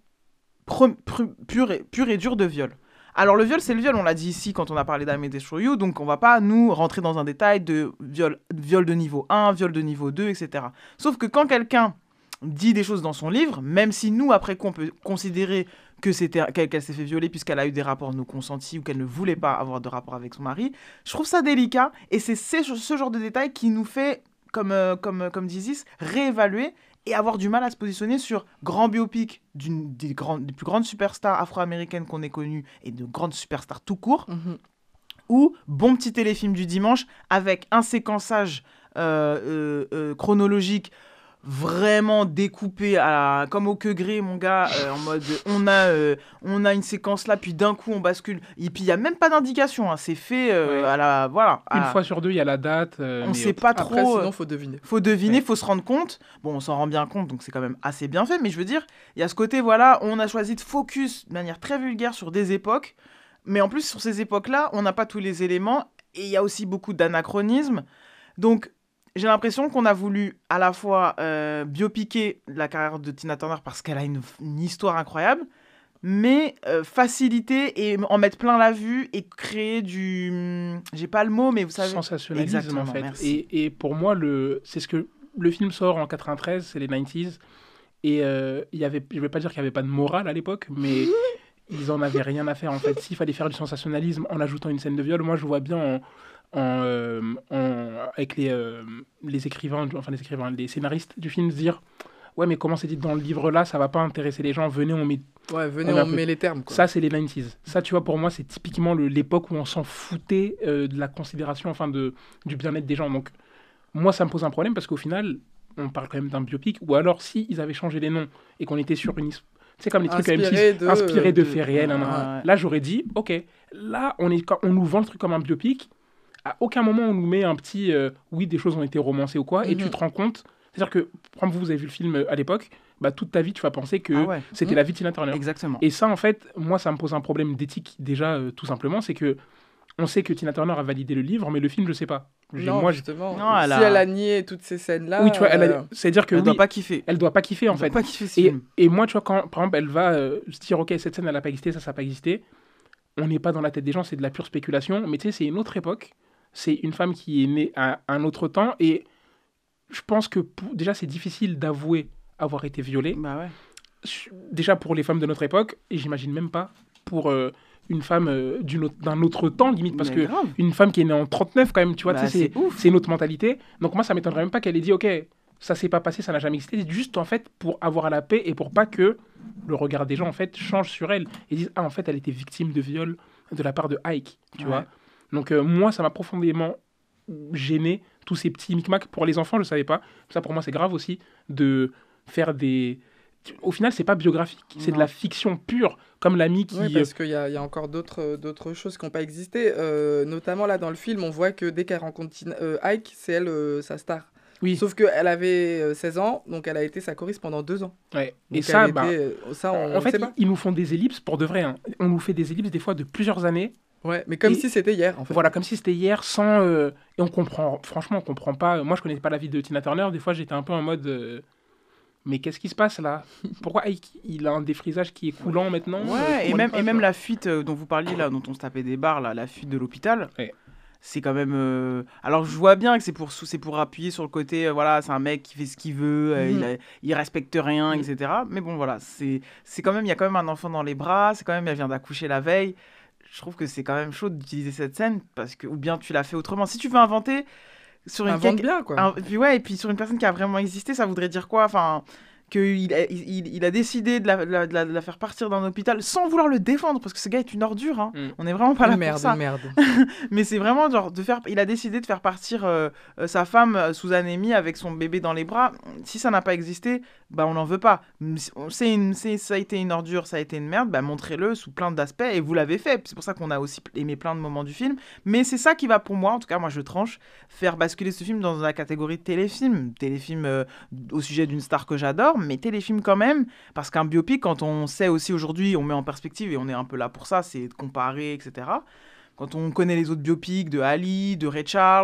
pure et dure de viol. Alors le viol, c'est le viol, on l'a dit ici quand on a parlé d'Amédée Chourio, donc on va pas nous rentrer dans un détail de viol de niveau 1, viol de niveau 2, etc. Sauf que quand quelqu'un dit des choses dans son livre, même si nous, après coup, on peut considérer que qu'elle s'est fait violer puisqu'elle a eu des rapports non consentis ou qu'elle ne voulait pas avoir de rapport avec son mari, je trouve ça délicat et c'est ce genre de détail qui nous fait, comme dit Ziz, réévaluer et avoir du mal à se positionner sur grand biopic des plus grandes superstars afro-américaines qu'on ait connues et de grandes superstars tout court, ou bon petit téléfilm du dimanche avec un séquençage chronologique vraiment découpé comme au que gré, mon gars, en mode on a une séquence là, puis d'un coup on bascule, et puis il n'y a même pas d'indication, hein, c'est fait une fois sur deux il y a la date, on sait pas trop. Après, sinon faut deviner, faut se rendre compte, bon on s'en rend bien compte, donc c'est quand même assez bien fait, mais je veux dire, il y a ce côté, voilà, on a choisi de focus de manière très vulgaire sur des époques, mais en plus sur ces époques là on n'a pas tous les éléments, et il y a aussi beaucoup d'anachronismes, donc j'ai l'impression qu'on a voulu à la fois biopiquer la carrière de Tina Turner parce qu'elle a une histoire incroyable, mais faciliter et en mettre plein la vue et créer j'ai pas le mot, mais vous savez... Sensationnalisme, exactement, en fait. Merci. Et pour moi, c'est ce que le film sort en 93, c'est les 90s, et je vais pas dire qu'il y avait pas de morale à l'époque, mais ils en avaient rien à faire, en fait. S'il fallait faire du sensationnalisme en ajoutant une scène de viol, moi je vois bien avec les écrivains, les scénaristes du film se dire ouais mais comment c'est dit dans le livre là, ça va pas intéresser les gens, venez on met les termes quoi. Ça c'est les 90s, ça tu vois pour moi c'est typiquement l'époque où on s'en foutait de la considération du bien-être des gens, donc moi ça me pose un problème parce qu'au final on parle quand même d'un biopic, ou alors si ils avaient changé les noms et qu'on était sur une c'est comme les trucs inspirés de faits réels. Là, j'aurais dit, ok, là, on nous vend le truc comme un biopic. À aucun moment, on nous met un petit, oui, des choses ont été romancées ou quoi, et tu te rends compte. C'est-à-dire que, par exemple, vous avez vu le film à l'époque, toute ta vie, tu vas penser que c'était la vie de Tina Turner. Exactement. Et ça, en fait, moi, ça me pose un problème d'éthique, déjà, tout simplement, c'est que on sait que Tina Turner a validé le livre, mais le film, je sais pas. Justement. Si elle a nié toutes ces scènes-là... Oui, tu vois, c'est-à-dire que... Elle doit pas kiffer. Elle doit pas kiffer, en fait. Elle doit pas kiffer ce film. Et moi, tu vois, quand, par exemple, elle va se dire, ok, cette scène, elle a pas existé, ça n'a pas existé, on n'est pas dans la tête des gens, c'est de la pure spéculation, mais tu sais, c'est une autre époque, c'est une femme qui est née à un autre temps, et je pense que, déjà, c'est difficile d'avouer avoir été violée. Bah ouais. Déjà pour les femmes de notre époque, et j'imagine même pas pour... une femme d'un autre temps, limite, parce que une femme qui est née en 39, quand même, tu vois, c'est une autre mentalité. Donc moi, ça m'étonnerait même pas qu'elle ait dit, ok, ça s'est pas passé, ça n'a jamais existé, c'est juste, en fait, pour avoir la paix et pour pas que le regard des gens, en fait, change sur elle et disent, ah, en fait, elle était victime de viol de la part de Ike, tu vois. Donc moi, ça m'a profondément gêné, tous ces petits micmacs. Pour les enfants, je savais pas. Ça, pour moi, c'est grave aussi de faire des... Au final, c'est pas biographique, c'est de la fiction pure, comme l'ami qui... Oui, parce qu'il y a encore d'autres choses qui n'ont pas existé. Notamment, là, dans le film, on voit que dès qu'elle rencontre Ike, c'est elle, sa star. Oui. Sauf qu'elle avait 16 ans, donc elle a été sa choriste pendant 2 ans. Ouais. Donc et ça, en fait, ils nous font des ellipses pour de vrai. Hein. On nous fait des ellipses des fois de plusieurs années. Ouais, mais comme si c'était hier, en fait. Voilà, comme si c'était hier, sans... Et on comprend, franchement, on comprend pas. Moi, je connaissais pas la vie de Tina Turner. Des fois, j'étais un peu en mode... Mais qu'est-ce qui se passe là? Pourquoi il a un défrisage qui est coulant maintenant? Ouais, et même la fuite dont vous parliez là, dont on se tapait des barres, là, la fuite de l'hôpital, c'est quand même... Alors je vois bien que c'est pour appuyer sur le côté, voilà, c'est un mec qui fait ce qu'il veut, il respecte rien, etc. Mais bon, voilà, c'est quand même, il y a quand même un enfant dans les bras, c'est quand même, elle vient d'accoucher la veille. Je trouve que c'est quand même chaud d'utiliser cette scène, parce que, ou bien tu l'as fait autrement. Si tu veux inventer... Invente bien, quoi. Et puis sur une personne qui a vraiment existé, ça voudrait dire quoi? Enfin, qu'il a décidé de la faire partir d'un hôpital sans vouloir le défendre, parce que ce gars est une ordure, hein. On n'est vraiment pas là pour ça. Merde. Mais c'est vraiment genre il a décidé de faire partir sa femme sous anémie avec son bébé dans les bras. Si ça n'a pas existé, bah on n'en veut pas. Ça a été une ordure, ça a été une merde, bah montrez-le sous plein d'aspects, et vous l'avez fait. C'est pour ça qu'on a aussi aimé plein de moments du film. Mais c'est ça qui va pour moi, en tout cas moi je tranche, faire basculer ce film dans la catégorie téléfilm au sujet d'une star que j'adore, mais téléfilm quand même, parce qu'un biopic, quand on sait aussi aujourd'hui, on met en perspective, et on est un peu là pour ça, c'est de comparer, etc. Quand on connaît les autres biopics de Ali, de Ray Charles,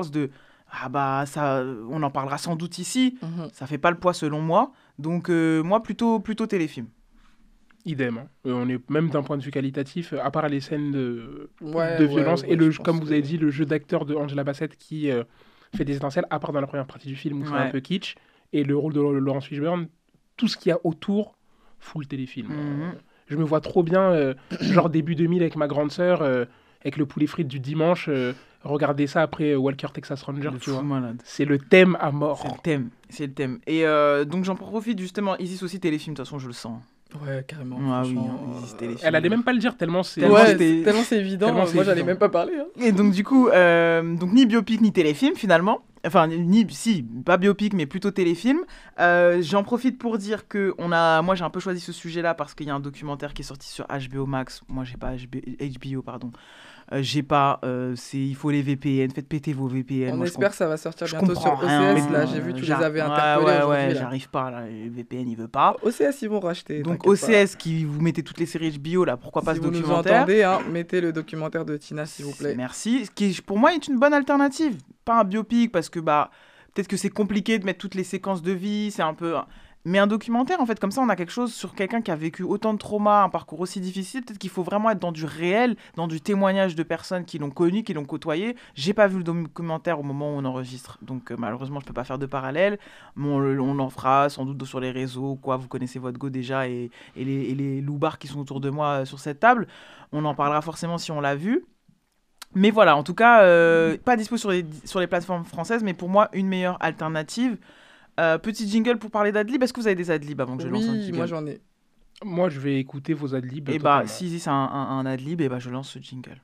on en parlera sans doute ici, ça fait pas le poids selon moi, donc moi plutôt téléfilm. Idem. On est même d'un point de vue qualitatif, à part les scènes de violence et comme vous avez dit, le jeu d'acteur de Angela Bassett qui fait des étincelles, à part dans la première partie du film où c'est un peu kitsch, et le rôle de Laurence Fishburne, tout ce qu'il y a autour, full téléfilm. Je me vois trop bien, genre début 2000 avec ma grande sœur, avec le poulet frites du dimanche, regarder ça après Walker Texas Ranger, tu vois. Malade. C'est le thème à mort. C'est le thème. Et donc j'en profite justement, Isis aussi téléfilm, de toute façon je le sens. Ouais, carrément. Ah oui, Isis téléfilm. Elle allait même pas le dire tellement c'est... Tellement c'est évident, tellement moi j'allais même pas parler. Hein. Et donc du coup, ni biopic ni téléfilm finalement. Enfin, pas biopic, mais plutôt téléfilm. J'en profite pour dire que moi j'ai un peu choisi ce sujet-là parce qu'il y a un documentaire qui est sorti sur HBO Max. Moi j'ai pas HBO, pardon. Il faut les VPN, faites péter vos VPN. On espère que ça va sortir bientôt sur OCS. Là, j'ai vu tu les avais interpellés aujourd'hui. Ouais, j'arrive pas là. Les VPN, il veut pas. OCS, ils vont racheter. Donc OCS qui vous mettez toutes les séries HBO là, pourquoi pas ce documentaire. Si vous nous entendez, hein, mettez le documentaire de Tina s'il vous plaît. Merci. Ce qui pour moi est une bonne alternative. Pas un biopic parce que peut-être que c'est compliqué de mettre toutes les séquences de vie, c'est un peu. Mais un documentaire, en fait, comme ça, on a quelque chose sur quelqu'un qui a vécu autant de traumas, un parcours aussi difficile. Peut-être qu'il faut vraiment être dans du réel, dans du témoignage de personnes qui l'ont connu, qui l'ont côtoyé. J'ai pas vu le documentaire au moment où on enregistre, donc malheureusement, je peux pas faire de parallèle. On en fera sans doute sur les réseaux, quoi. Vous connaissez votre go déjà et les loupards qui sont autour de moi sur cette table. On en parlera forcément si on l'a vu. Mais voilà, en tout cas, pas dispo sur les plateformes françaises, mais pour moi, une meilleure alternative. Petit jingle pour parler d'adlib. Est-ce que vous avez des adlibs avant que je lance un jingle ? Oui, moi j'en ai. Moi, je vais écouter vos adlibs. Et si c'est un adlib, je lance ce jingle.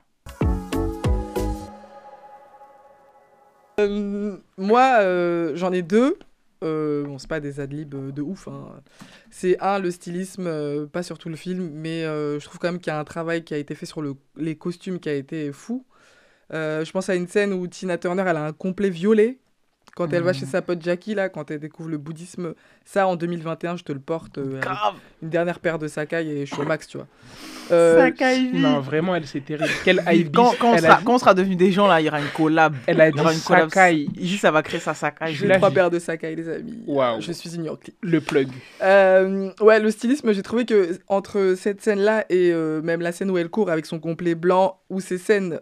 Moi, j'en ai deux. C'est pas des adlibs de ouf. Hein. C'est le stylisme, pas sur tout le film, mais je trouve quand même qu'il y a un travail qui a été fait sur les costumes qui a été fou. Je pense à une scène où Tina Turner, elle a un complet violet. Quand elle va chez sa pote Jackie, là, quand elle découvre le bouddhisme, ça en 2021, je te le porte. Une dernière paire de Sakai et je suis au max, tu vois. Sakai. Non, vraiment, c'est terrible. Quelle hype. Quand on sera devenus des gens, là, il y aura une collab. Elle a dit Sakai. Juste, ça va créer sa Sakai. J'ai 3 paires de Sakai, les amis. Wow. Je suis une Yorkie. Le plug. Le stylisme, j'ai trouvé que entre cette scène-là et même la scène où elle court avec son complet blanc, ou ces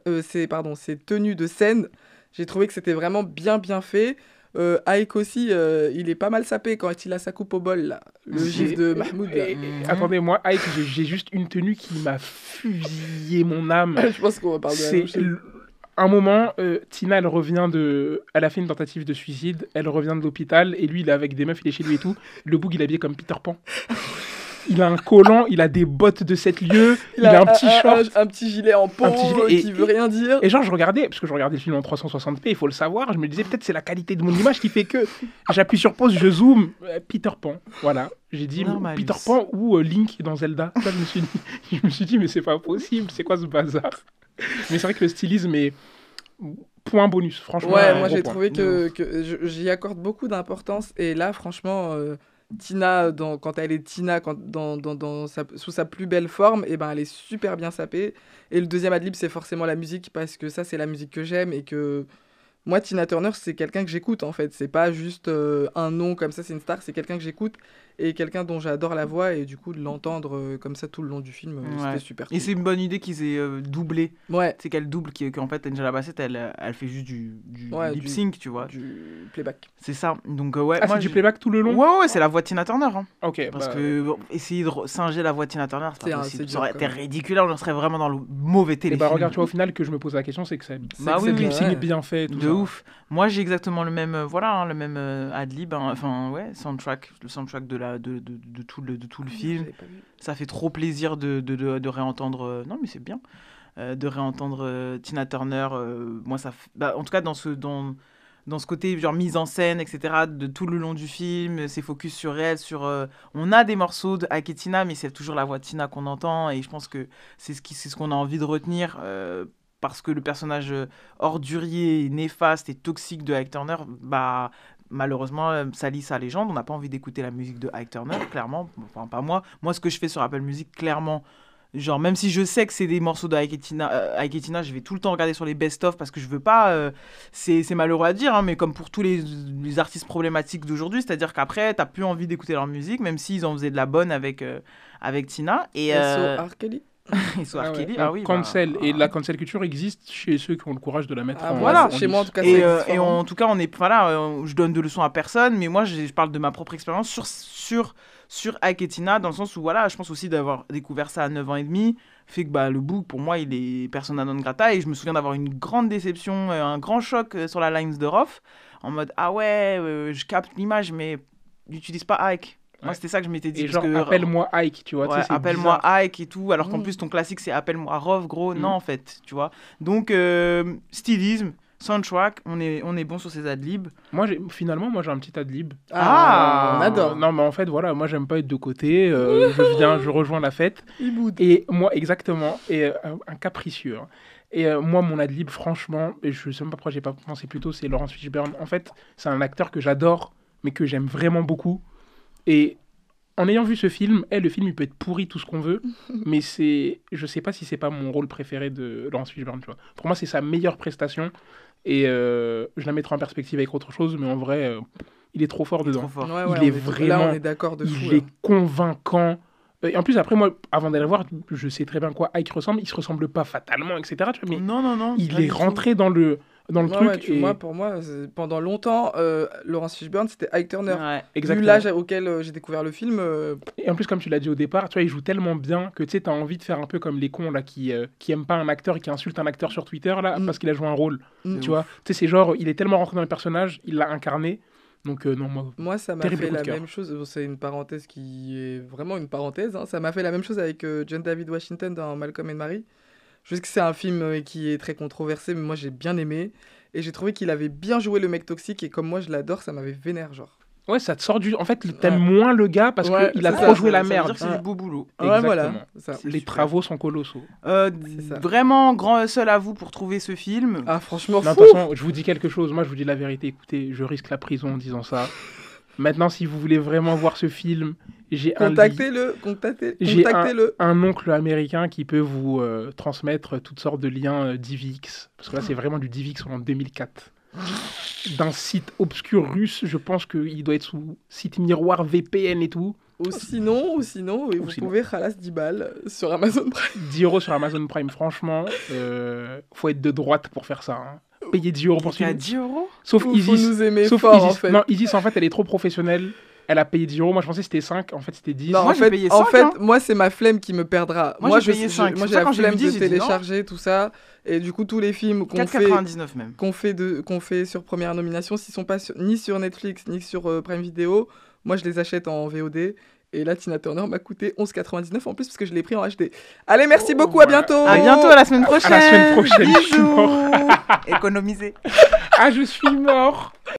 tenues de scène, j'ai trouvé que c'était vraiment bien fait. Ike aussi, il est pas mal sapé quand il a sa coupe au bol, là. Le gif de Mahmoud. Attendez, moi, Ike, j'ai juste une tenue qui m'a fusillé mon âme. Je pense qu'on va parler de la même chose. Un moment, Tina, elle a fait une tentative de suicide, elle revient de l'hôpital, et lui, il est avec des meufs, il est chez lui et tout. Le boug, il est habillé comme Peter Pan. Il a un collant, il a des bottes de 7 lieues, il a un petit short. Un petit gilet en peau qui veut rien dire. Et genre, je regardais le film en 360p, il faut le savoir, je me disais peut-être c'est la qualité de mon image qui fait que j'appuie sur pause, je zoome, Peter Pan, voilà. J'ai dit Peter Pan ou Link dans Zelda. Ça, je me suis dit, mais c'est pas possible, c'est quoi ce bazar ? Mais c'est vrai que le stylisme est point bonus, franchement. Ouais, moi j'ai trouvé que j'y accorde beaucoup d'importance, et là, franchement... Tina, quand elle est Tina, sous sa plus belle forme, elle est super bien sapée. Et le deuxième adlib, c'est forcément la musique, parce que ça, c'est la musique que j'aime, et que moi, Tina Turner, c'est quelqu'un que j'écoute, en fait. C'est pas juste un nom comme ça, c'est une star, c'est quelqu'un que j'écoute, et quelqu'un dont j'adore la voix, et du coup, de l'entendre comme ça tout le long du film, c'était super cool. Et c'est une bonne idée qu'ils aient doublé. Ouais. C'est qu'elle double, qu'en fait, Angela Bassett, elle fait juste du lip-sync, tu vois. Du playback. C'est ça. Donc, ouais. Ah, c'est du playback tout le long ? Ouais, c'est la voix de Tina Turner. Hein. Ok. Parce que essayer de singer la voix de Tina Turner, c'est pas possible. Ça aurait été même. ridicule, on serait vraiment dans le mauvais téléfilm. Et regarde, tu vois, au final, que je me pose la question, c'est que c'est bien fait. Tout de ça. Ouf. Moi, j'ai exactement le même adlib, le soundtrack de tout le Ah, film. j'avais pas vu. Ça fait trop plaisir de réentendre. Non, mais c'est bien. De réentendre Tina Turner. Moi, en tout cas, dans ce côté genre mise en scène, etc., de tout le long du film, c'est focus sur elle, on a des morceaux de Ike et Tina, mais c'est toujours la voix de Tina qu'on entend, et je pense que c'est ce qu'on a envie de retenir, parce que le personnage ordurier, néfaste et toxique de Ike Turner, bah malheureusement salit sa légende. On n'a pas envie d'écouter la musique de Ike Turner, clairement. Enfin, pas moi, ce que je fais sur Apple Music, clairement, genre, même si je sais que c'est des morceaux de Ike et Tina, je vais tout le temps regarder sur les best-of parce que je veux pas. C'est malheureux à dire, hein, mais comme pour tous les artistes problématiques d'aujourd'hui, c'est-à-dire qu'après, t'as plus envie d'écouter leur musique, même s'ils en faisaient de la bonne avec Tina. Et SO R. Kelly. ils sont R. Kelly, oui. Cancel. Et la cancel culture existe chez ceux qui ont le courage de la mettre en voilà. Chez moi, en tout cas, Et, c'est et en tout cas, je donne de leçons à personne, mais moi, je parle de ma propre expérience sur Ike et Tina, dans le sens où, voilà, je pense aussi d'avoir découvert ça à 9 ans et demi, fait que le book, pour moi, il est persona non grata, et je me souviens d'avoir une grande déception, un grand choc sur la Lines de Roth, en mode, ah ouais, je capte l'image, mais n'utilise pas Ike. Moi, c'était ça que je m'étais dit. Et genre, appelle-moi Ike, tu vois. Ouais, appelle-moi Ike et tout, alors qu'en plus, ton classique, c'est appelle-moi Roth, gros. Non, en fait, tu vois. Donc, stylisme, soundtrack, on est bon sur ces adlibs. Finalement, j'ai un petit adlib. On adore. Non, mais en fait, voilà, moi, j'aime pas être de côté. Je rejoins la fête. Et moi, exactement. Et un capricieux. Hein. Et moi, mon adlib, franchement, et je sais même pas pourquoi j'ai pas pensé plus tôt, c'est Laurence Fishburne. En fait, c'est un acteur que j'adore, mais que j'aime vraiment beaucoup. Et en ayant vu ce film, le film, il peut être pourri, tout ce qu'on veut, mais je sais pas si c'est pas mon rôle préféré de Laurence Fishburne, tu vois. Pour moi, c'est sa meilleure prestation, et je la mettrai en perspective avec autre chose, mais en vrai, il est trop fort dedans. Il est vraiment... Là, on est d'accord de fou. Il est convaincant. Et en plus, après, moi, avant d'aller voir, je sais très bien quoi Ike ressemble. Il se ressemble pas fatalement, etc. Tu vois, mais non. Il est rentré dans le truc. Ouais, pour moi, pendant longtemps, Laurence Fishburne, c'était Ike Turner. Ouais, vu l'âge auquel j'ai découvert le film. Et en plus, comme tu l'as dit au départ, tu vois, il joue tellement bien que tu sais, t'as envie de faire un peu comme les cons là qui aiment pas un acteur et qui insultent un acteur sur Twitter là parce qu'il a joué un rôle. Tu vois, tu sais, c'est genre, il est tellement rentré dans le personnage, il l'a incarné. Donc non, moi ça m'a fait la même chose. C'est une parenthèse qui est vraiment une parenthèse. Hein. Ça m'a fait la même chose avec John David Washington dans Malcolm and Marie. Je sais que c'est un film qui est très controversé, mais moi j'ai bien aimé. Et j'ai trouvé qu'il avait bien joué le mec toxique. Et comme moi je l'adore, ça m'avait vénère, genre. Ouais, ça te sort du... En fait, t'aimes moins le gars parce qu'il a trop joué la merde. Ça veut dire que c'est du beau boulot. Ouais, voilà. Les travaux sont colossaux. Vraiment, grand seul à vous pour trouver ce film. Ah, franchement, non, de toute façon, je vous dis quelque chose. Moi, je vous dis la vérité. Écoutez, je risque la prison en disant ça. Maintenant, si vous voulez vraiment voir ce film, contactez-le. J'ai un oncle américain qui peut vous transmettre toutes sortes de liens DivX. Parce que là, c'est vraiment du DivX en 2004. D'un site obscur russe, je pense qu'il doit être sous site miroir VPN et tout. Ou sinon, vous pouvez Khalas 10 balles sur Amazon Prime. 10 € sur Amazon Prime, franchement, faut être de droite pour faire ça. Hein. Payer 10 € pour suivre. 10 €. Sauf Isis. Faut nous aimer fort, Isis. en fait. Non, Isis, en fait, elle est trop professionnelle. Elle a payé 10 €. Moi, je pensais que c'était 5. En fait, c'était 10. Non, moi, j'ai payé 5. Moi, c'est ma flemme qui me perdra. Moi j'ai payé 5. Moi, j'ai la flemme de télécharger tout ça. Et du coup, tous les films qu'on fait... 4,99 même. Qu'on fait sur première nomination, s'ils sont pas ni sur Netflix, ni sur Prime Video, moi, je les achète en VOD. Et là, Tina Turner m'a coûté 11,99 en plus parce que je l'ai pris en HD. Allez, merci beaucoup, à bientôt. À bientôt, à la semaine prochaine. À la semaine prochaine. Bisous. Économisez. Ah, je suis mort.